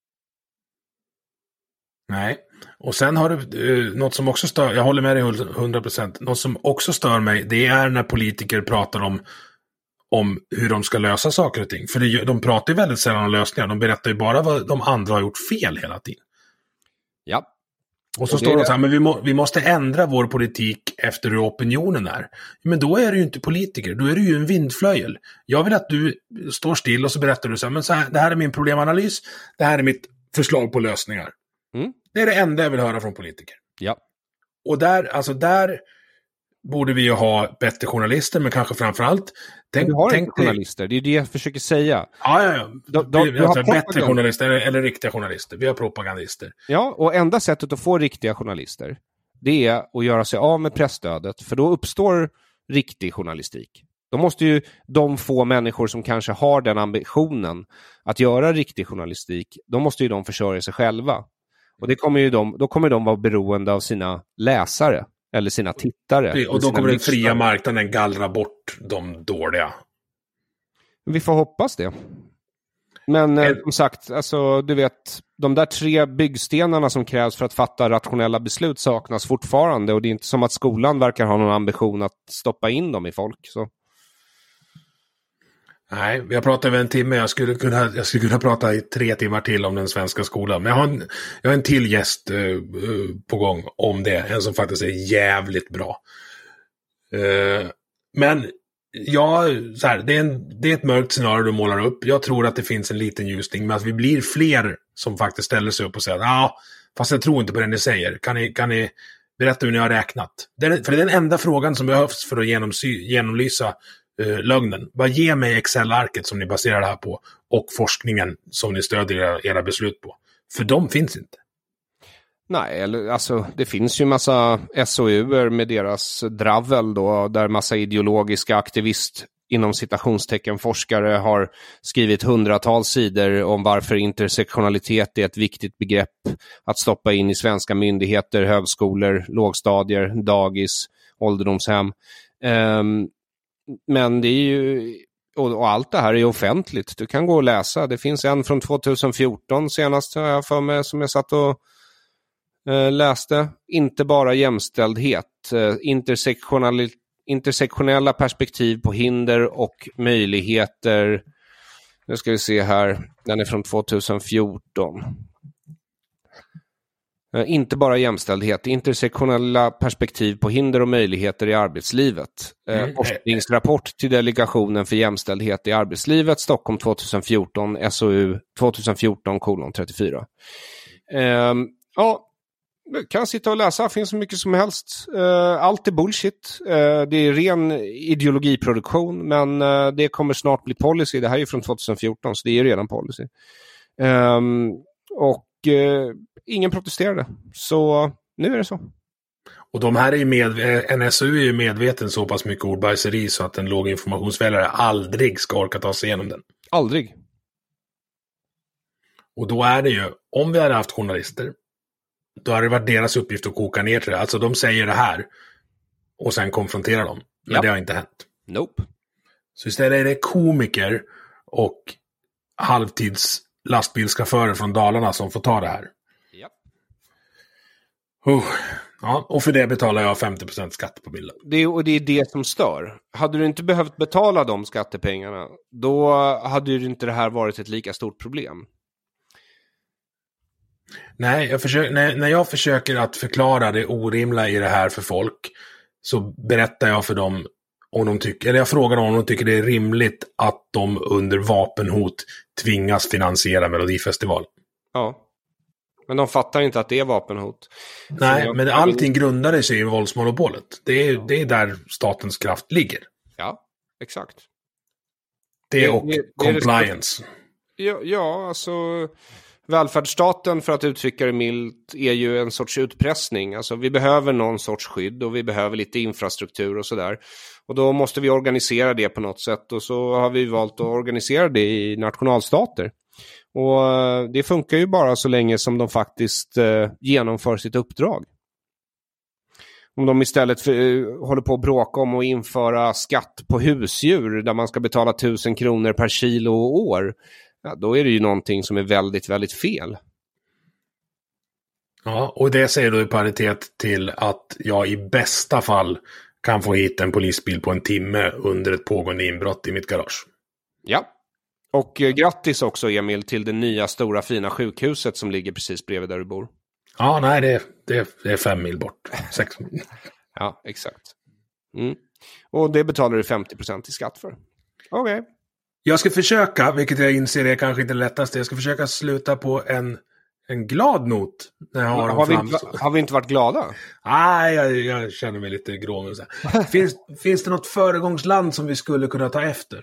Nej. Och sen har du eh, något som också stör, jag håller med dig hundra procent, något som också stör mig, det är när politiker pratar om om hur de ska lösa saker och ting. För det, de pratar ju väldigt sällan om lösningar. De berättar ju bara vad de andra har gjort fel hela tiden. Ja. Och så och står de så här, men vi, må, vi måste ändra vår politik efter hur opinionen är. Men då är du ju inte politiker, då är du ju en vindflöjel. Jag vill att du står still och så berättar du så här, men så här, det här är min problemanalys, det här är mitt förslag på lösningar. Mm. Det är det enda jag vill höra från politiker. Ja. Och där, alltså där borde vi ju ha bättre journalister, men kanske framförallt tänk, du har tänk inte journalister, det är det jag försöker säga. Ja, ja, ja. De, de, vi, vi har bättre journalister eller, eller riktiga journalister. Vi har propagandister. Ja, och enda sättet att få riktiga journalister, det är att göra sig av med pressstödet, för då uppstår riktig journalistik. Då måste ju de få människor som kanske har den ambitionen att göra riktig journalistik, då måste ju de försörja sig själva. Och det kommer ju de, då kommer de vara beroende av sina läsare. Eller sina tittare. Och då kommer den fria marknaden gallra bort de dåliga. Vi får hoppas det. Men eh, som sagt, alltså, du vet, de där tre byggstenarna som krävs för att fatta rationella beslut saknas fortfarande. Och det är inte som att skolan verkar ha någon ambition att stoppa in dem i folk. Så. Nej, vi har pratat över en timme. Jag skulle kunna, jag skulle kunna prata i tre timmar till om den svenska skolan. Men jag har en, jag har en till gäst uh, på gång om det. En som faktiskt är jävligt bra. Uh, men ja, så här, det, är en, det är ett mörkt scenario du målar upp. Jag tror att det finns en liten ljusning. Men att vi blir fler som faktiskt ställer sig upp och säger ja, ah, fast jag tror inte på det ni säger. Kan ni, kan ni berätta hur ni har räknat? Det är, för det är den enda frågan som behövs för att genomsy, genomlysa Uh, lögnen. Vad ger mig Excel-arket som ni baserar det här på och forskningen som ni stödjer era, era beslut på? För de finns inte. Nej, eller, alltså det finns ju massa S O U-er med deras dravel då, där massa ideologiska aktivist inom citationstecken forskare har skrivit hundratals sidor om varför intersektionalitet är ett viktigt begrepp att stoppa in i svenska myndigheter, högskolor, lågstadier, dagis, ålderdomshem. Um, Men det är ju, och, och allt det här är ju offentligt. Du kan gå och läsa. Det finns en från tjugohundrafjorton senast har jag för mig som jag satt och eh, läste. Inte bara jämställdhet. Eh, intersektionell, intersektionella perspektiv på hinder och möjligheter. Nu ska vi se här. Den är från tjugohundrafjorton. Uh, inte bara jämställdhet, intersektionella perspektiv på hinder och möjligheter i arbetslivet. Uh, mm. Forskningsrapport till Delegationen för jämställdhet i arbetslivet, Stockholm tjugohundrafjorton, S O U tjugohundrafjorton kolon trettiofyra. Uh, ja, kan sitta och läsa, finns så mycket som helst. Uh, allt är bullshit. Uh, det är ren ideologiproduktion, men uh, det kommer snart bli policy. Det här är ju från tjugohundrafjorton, så det är ju redan policy. Um, och uh, ingen protesterade. Så nu är det så. Och de här är ju med, N S U är ju medveten så pass mycket ordbajseri så att en låg informationsväljare aldrig ska orka ta sig igenom den. Aldrig. Och då är det ju, om vi hade haft journalister, då har det varit deras uppgift att koka ner till det. Alltså de säger det här och sen konfronterar dem. Men ja. Det har inte hänt. Nope. Så istället är det komiker och halvtids lastbilschaufförer från Dalarna som får ta det här. Ja. Uh, ja, och för det betalar jag femtio procent skatt på bilden. Det, och det är det som stör. Hade du inte behövt betala de skattepengarna, då hade ju inte det här varit ett lika stort problem. Nej, jag försöker, när, när jag försöker att förklara det orimliga i det här för folk, så berättar jag för dem om de tycker, eller jag frågar dem om de tycker det är rimligt att de under vapenhot tvingas finansiera Melodifestival. Ja, men de fattar inte att det är vapenhot. Nej, jag... men allting grundade sig i våldsmonopolet. Det är, ja. det är där statens kraft ligger. Ja, exakt. Det, det och det, det compliance. Det ja, ja, alltså... Välfärdsstaten, för att uttrycka det milt, är ju en sorts utpressning. Alltså vi behöver någon sorts skydd och vi behöver lite infrastruktur och sådär. Och då måste vi organisera det på något sätt. Och så har vi valt att organisera det i nationalstater. Och det funkar ju bara så länge som de faktiskt eh, genomför sitt uppdrag. Om de istället för, eh, håller på att bråka om att införa skatt på husdjur där man ska betala tusen kronor per kilo och år, ja, då är det ju någonting som är väldigt, väldigt fel. Ja, och det säger du i paritet till att jag i bästa fall kan få hit en polisbil på en timme under ett pågående inbrott i mitt garage. Ja, och eh, grattis också Emil till det nya stora fina sjukhuset som ligger precis bredvid där du bor. Ja, nej, det, det, det är fem mil bort. Sex mil. Ja, exakt. Mm. Och det betalar du femtio procent i skatt för. Okej. Okay. Jag ska försöka, vilket jag inser är kanske inte det lättaste, jag ska försöka sluta på en, en glad not. När jag har, har, vi inte, har vi inte varit glada? Nej, jag, jag känner mig lite grå. finns, finns det något föregångsland som vi skulle kunna ta efter?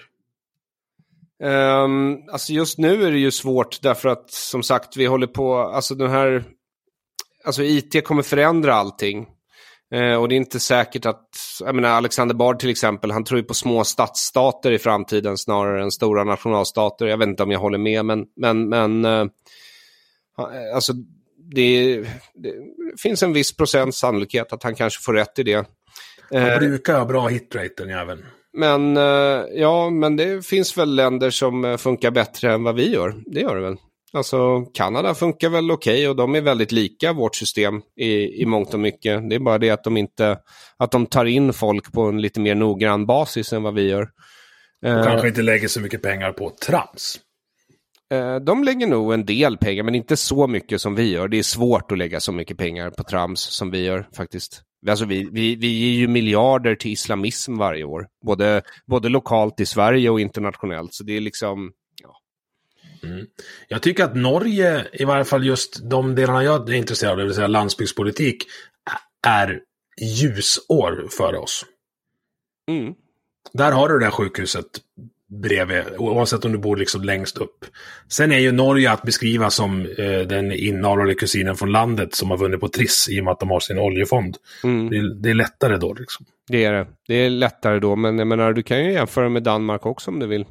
Um, alltså just nu är det ju svårt därför att som sagt vi håller på, alltså den här, alltså I T kommer förändra allting. Eh, och det är inte säkert att, jag menar Alexander Bard till exempel, han tror ju på små stadsstater i framtiden snarare än stora nationalstater. Jag vet inte om jag håller med, men, men, men eh, alltså det, det finns en viss procent sannolikhet att han kanske får rätt i det. Han eh, brukar ha bra hitrate den även. Men eh, ja, men det finns väl länder som funkar bättre än vad vi gör. Det gör det väl. Alltså Kanada funkar väl okej okay, och de är väldigt lika vårt system i, i mångt och mycket. Det är bara det att de inte att de tar in folk på en lite mer noggrann basis än vad vi gör. Och uh, kanske inte lägger så mycket pengar på trams. Uh, de lägger nog en del pengar, men inte så mycket som vi gör. Det är svårt att lägga så mycket pengar på trams som vi gör faktiskt. Alltså vi, vi, vi ger ju miljarder till islamism varje år. Både, både lokalt i Sverige och internationellt. Så det är liksom... Mm. Jag tycker att Norge, i varje fall just de delarna jag är intresserad av, det vill säga landsbygdspolitik, är ljusår för oss. Mm. Där har du det där sjukhuset bredvid, oavsett om du bor liksom längst upp. Sen är ju Norge att beskriva som eh, den inavlade kusinen från landet som har vunnit på Triss i och med att de har sin oljefond. Mm. Det, det är lättare då liksom. Det är det. Det är lättare då, men jag menar, du kan ju jämföra med Danmark också om du vill.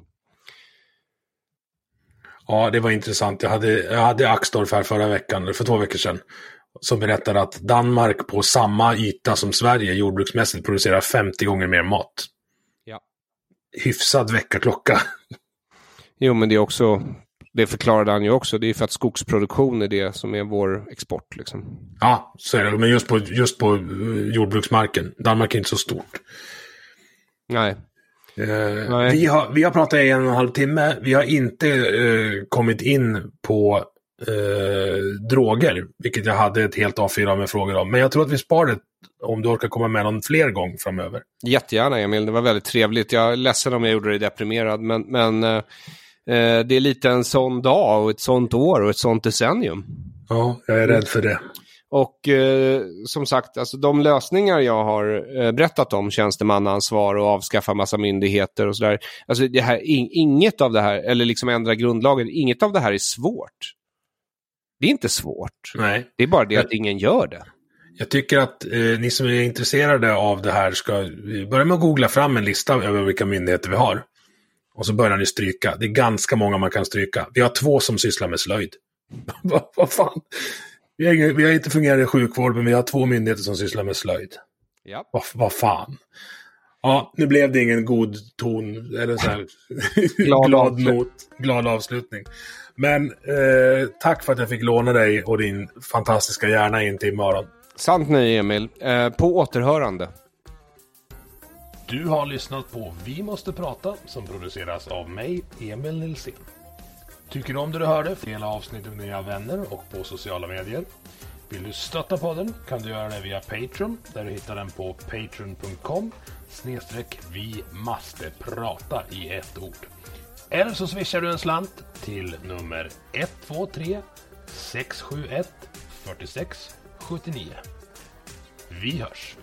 Ja, det var intressant. Jag hade, jag hade Axdorff här förra veckan, eller för två veckor sedan, som berättade att Danmark på samma yta som Sverige jordbruksmässigt producerar femtio gånger mer mat. Ja. Hyfsad veckaklocka. Jo, men det är också, det förklarade han ju också, det är för att skogsproduktion är det som är vår export liksom. Ja, så är det. Men just på, just på jordbruksmarken. Danmark är inte så stort. Nej. Uh, vi, har, vi har pratat i en och en halv timme. Vi har inte uh, kommit in på eh, droger, vilket jag hade ett helt A fyra med frågor om. Men jag tror att vi sparar det om du orkar komma med någon fler gång framöver. Jättegärna, Emil. Det var väldigt trevligt. Jag är ledsen om jag gjorde dig deprimerad, men, men eh, det är lite en sån dag och ett sånt år och ett sånt decennium. Ja, jag är rädd för det. Och eh, som sagt, alltså de lösningar jag har eh, berättat om, tjänstemannaansvar och avskaffa massa myndigheter och sådär. Alltså det här, in, inget av det här, eller liksom ändra grundlagen, inget av det här är svårt. Det är inte svårt. Nej. Det är bara det att ingen gör det. Jag tycker att eh, ni som är intresserade av det här ska börja med att googla fram en lista över vilka myndigheter vi har. Och så börjar ni stryka. Det är ganska många man kan stryka. Vi har två som sysslar med slöjd. Vad va fan? Vi har, vi har inte fungerande sjukvård, men vi har två myndigheter som sysslar med slöjd. Ja. Vad va fan? Ja, nu blev det ingen god ton, eller så här glad, glad not, glad avslutning. Men eh, tack för att jag fick låna dig och din fantastiska hjärna in till imorgon. Sant nöje, Emil. Eh, på återhörande. Du har lyssnat på Vi måste prata, som produceras av mig, Emil Nilsson. Tycker du om det du hörde? Dela avsnittet med dina vänner och på sociala medier. Vill du stötta podden kan du göra det via Patreon, där du hittar den på patreon punkt com snedstreck vi måste prata i ett ord. Eller så swishar du en slant till nummer ett två tre sex sju ett fyra sex sju nio. Vi hörs!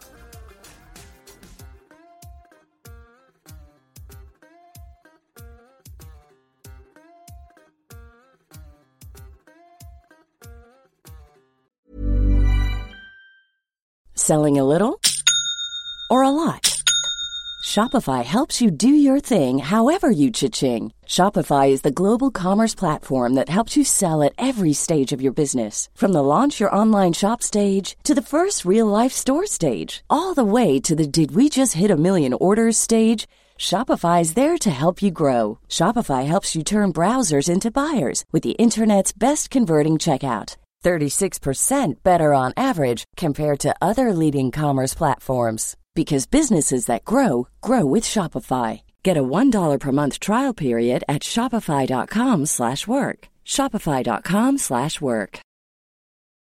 Selling a little or a lot? Shopify helps you do your thing however you cha-ching. Shopify is the global commerce platform that helps you sell at every stage of your business. From the launch your online shop stage to the first real-life store stage, all the way to the did we just hit a million orders stage. Shopify is there to help you grow. Shopify helps you turn browsers into buyers with the internet's best converting checkout. thirty-six percent better on average compared to other leading commerce platforms. Because businesses that grow, grow with Shopify. Get a one dollar per month trial period at shopify dot com slash work. shopify dot com slash work.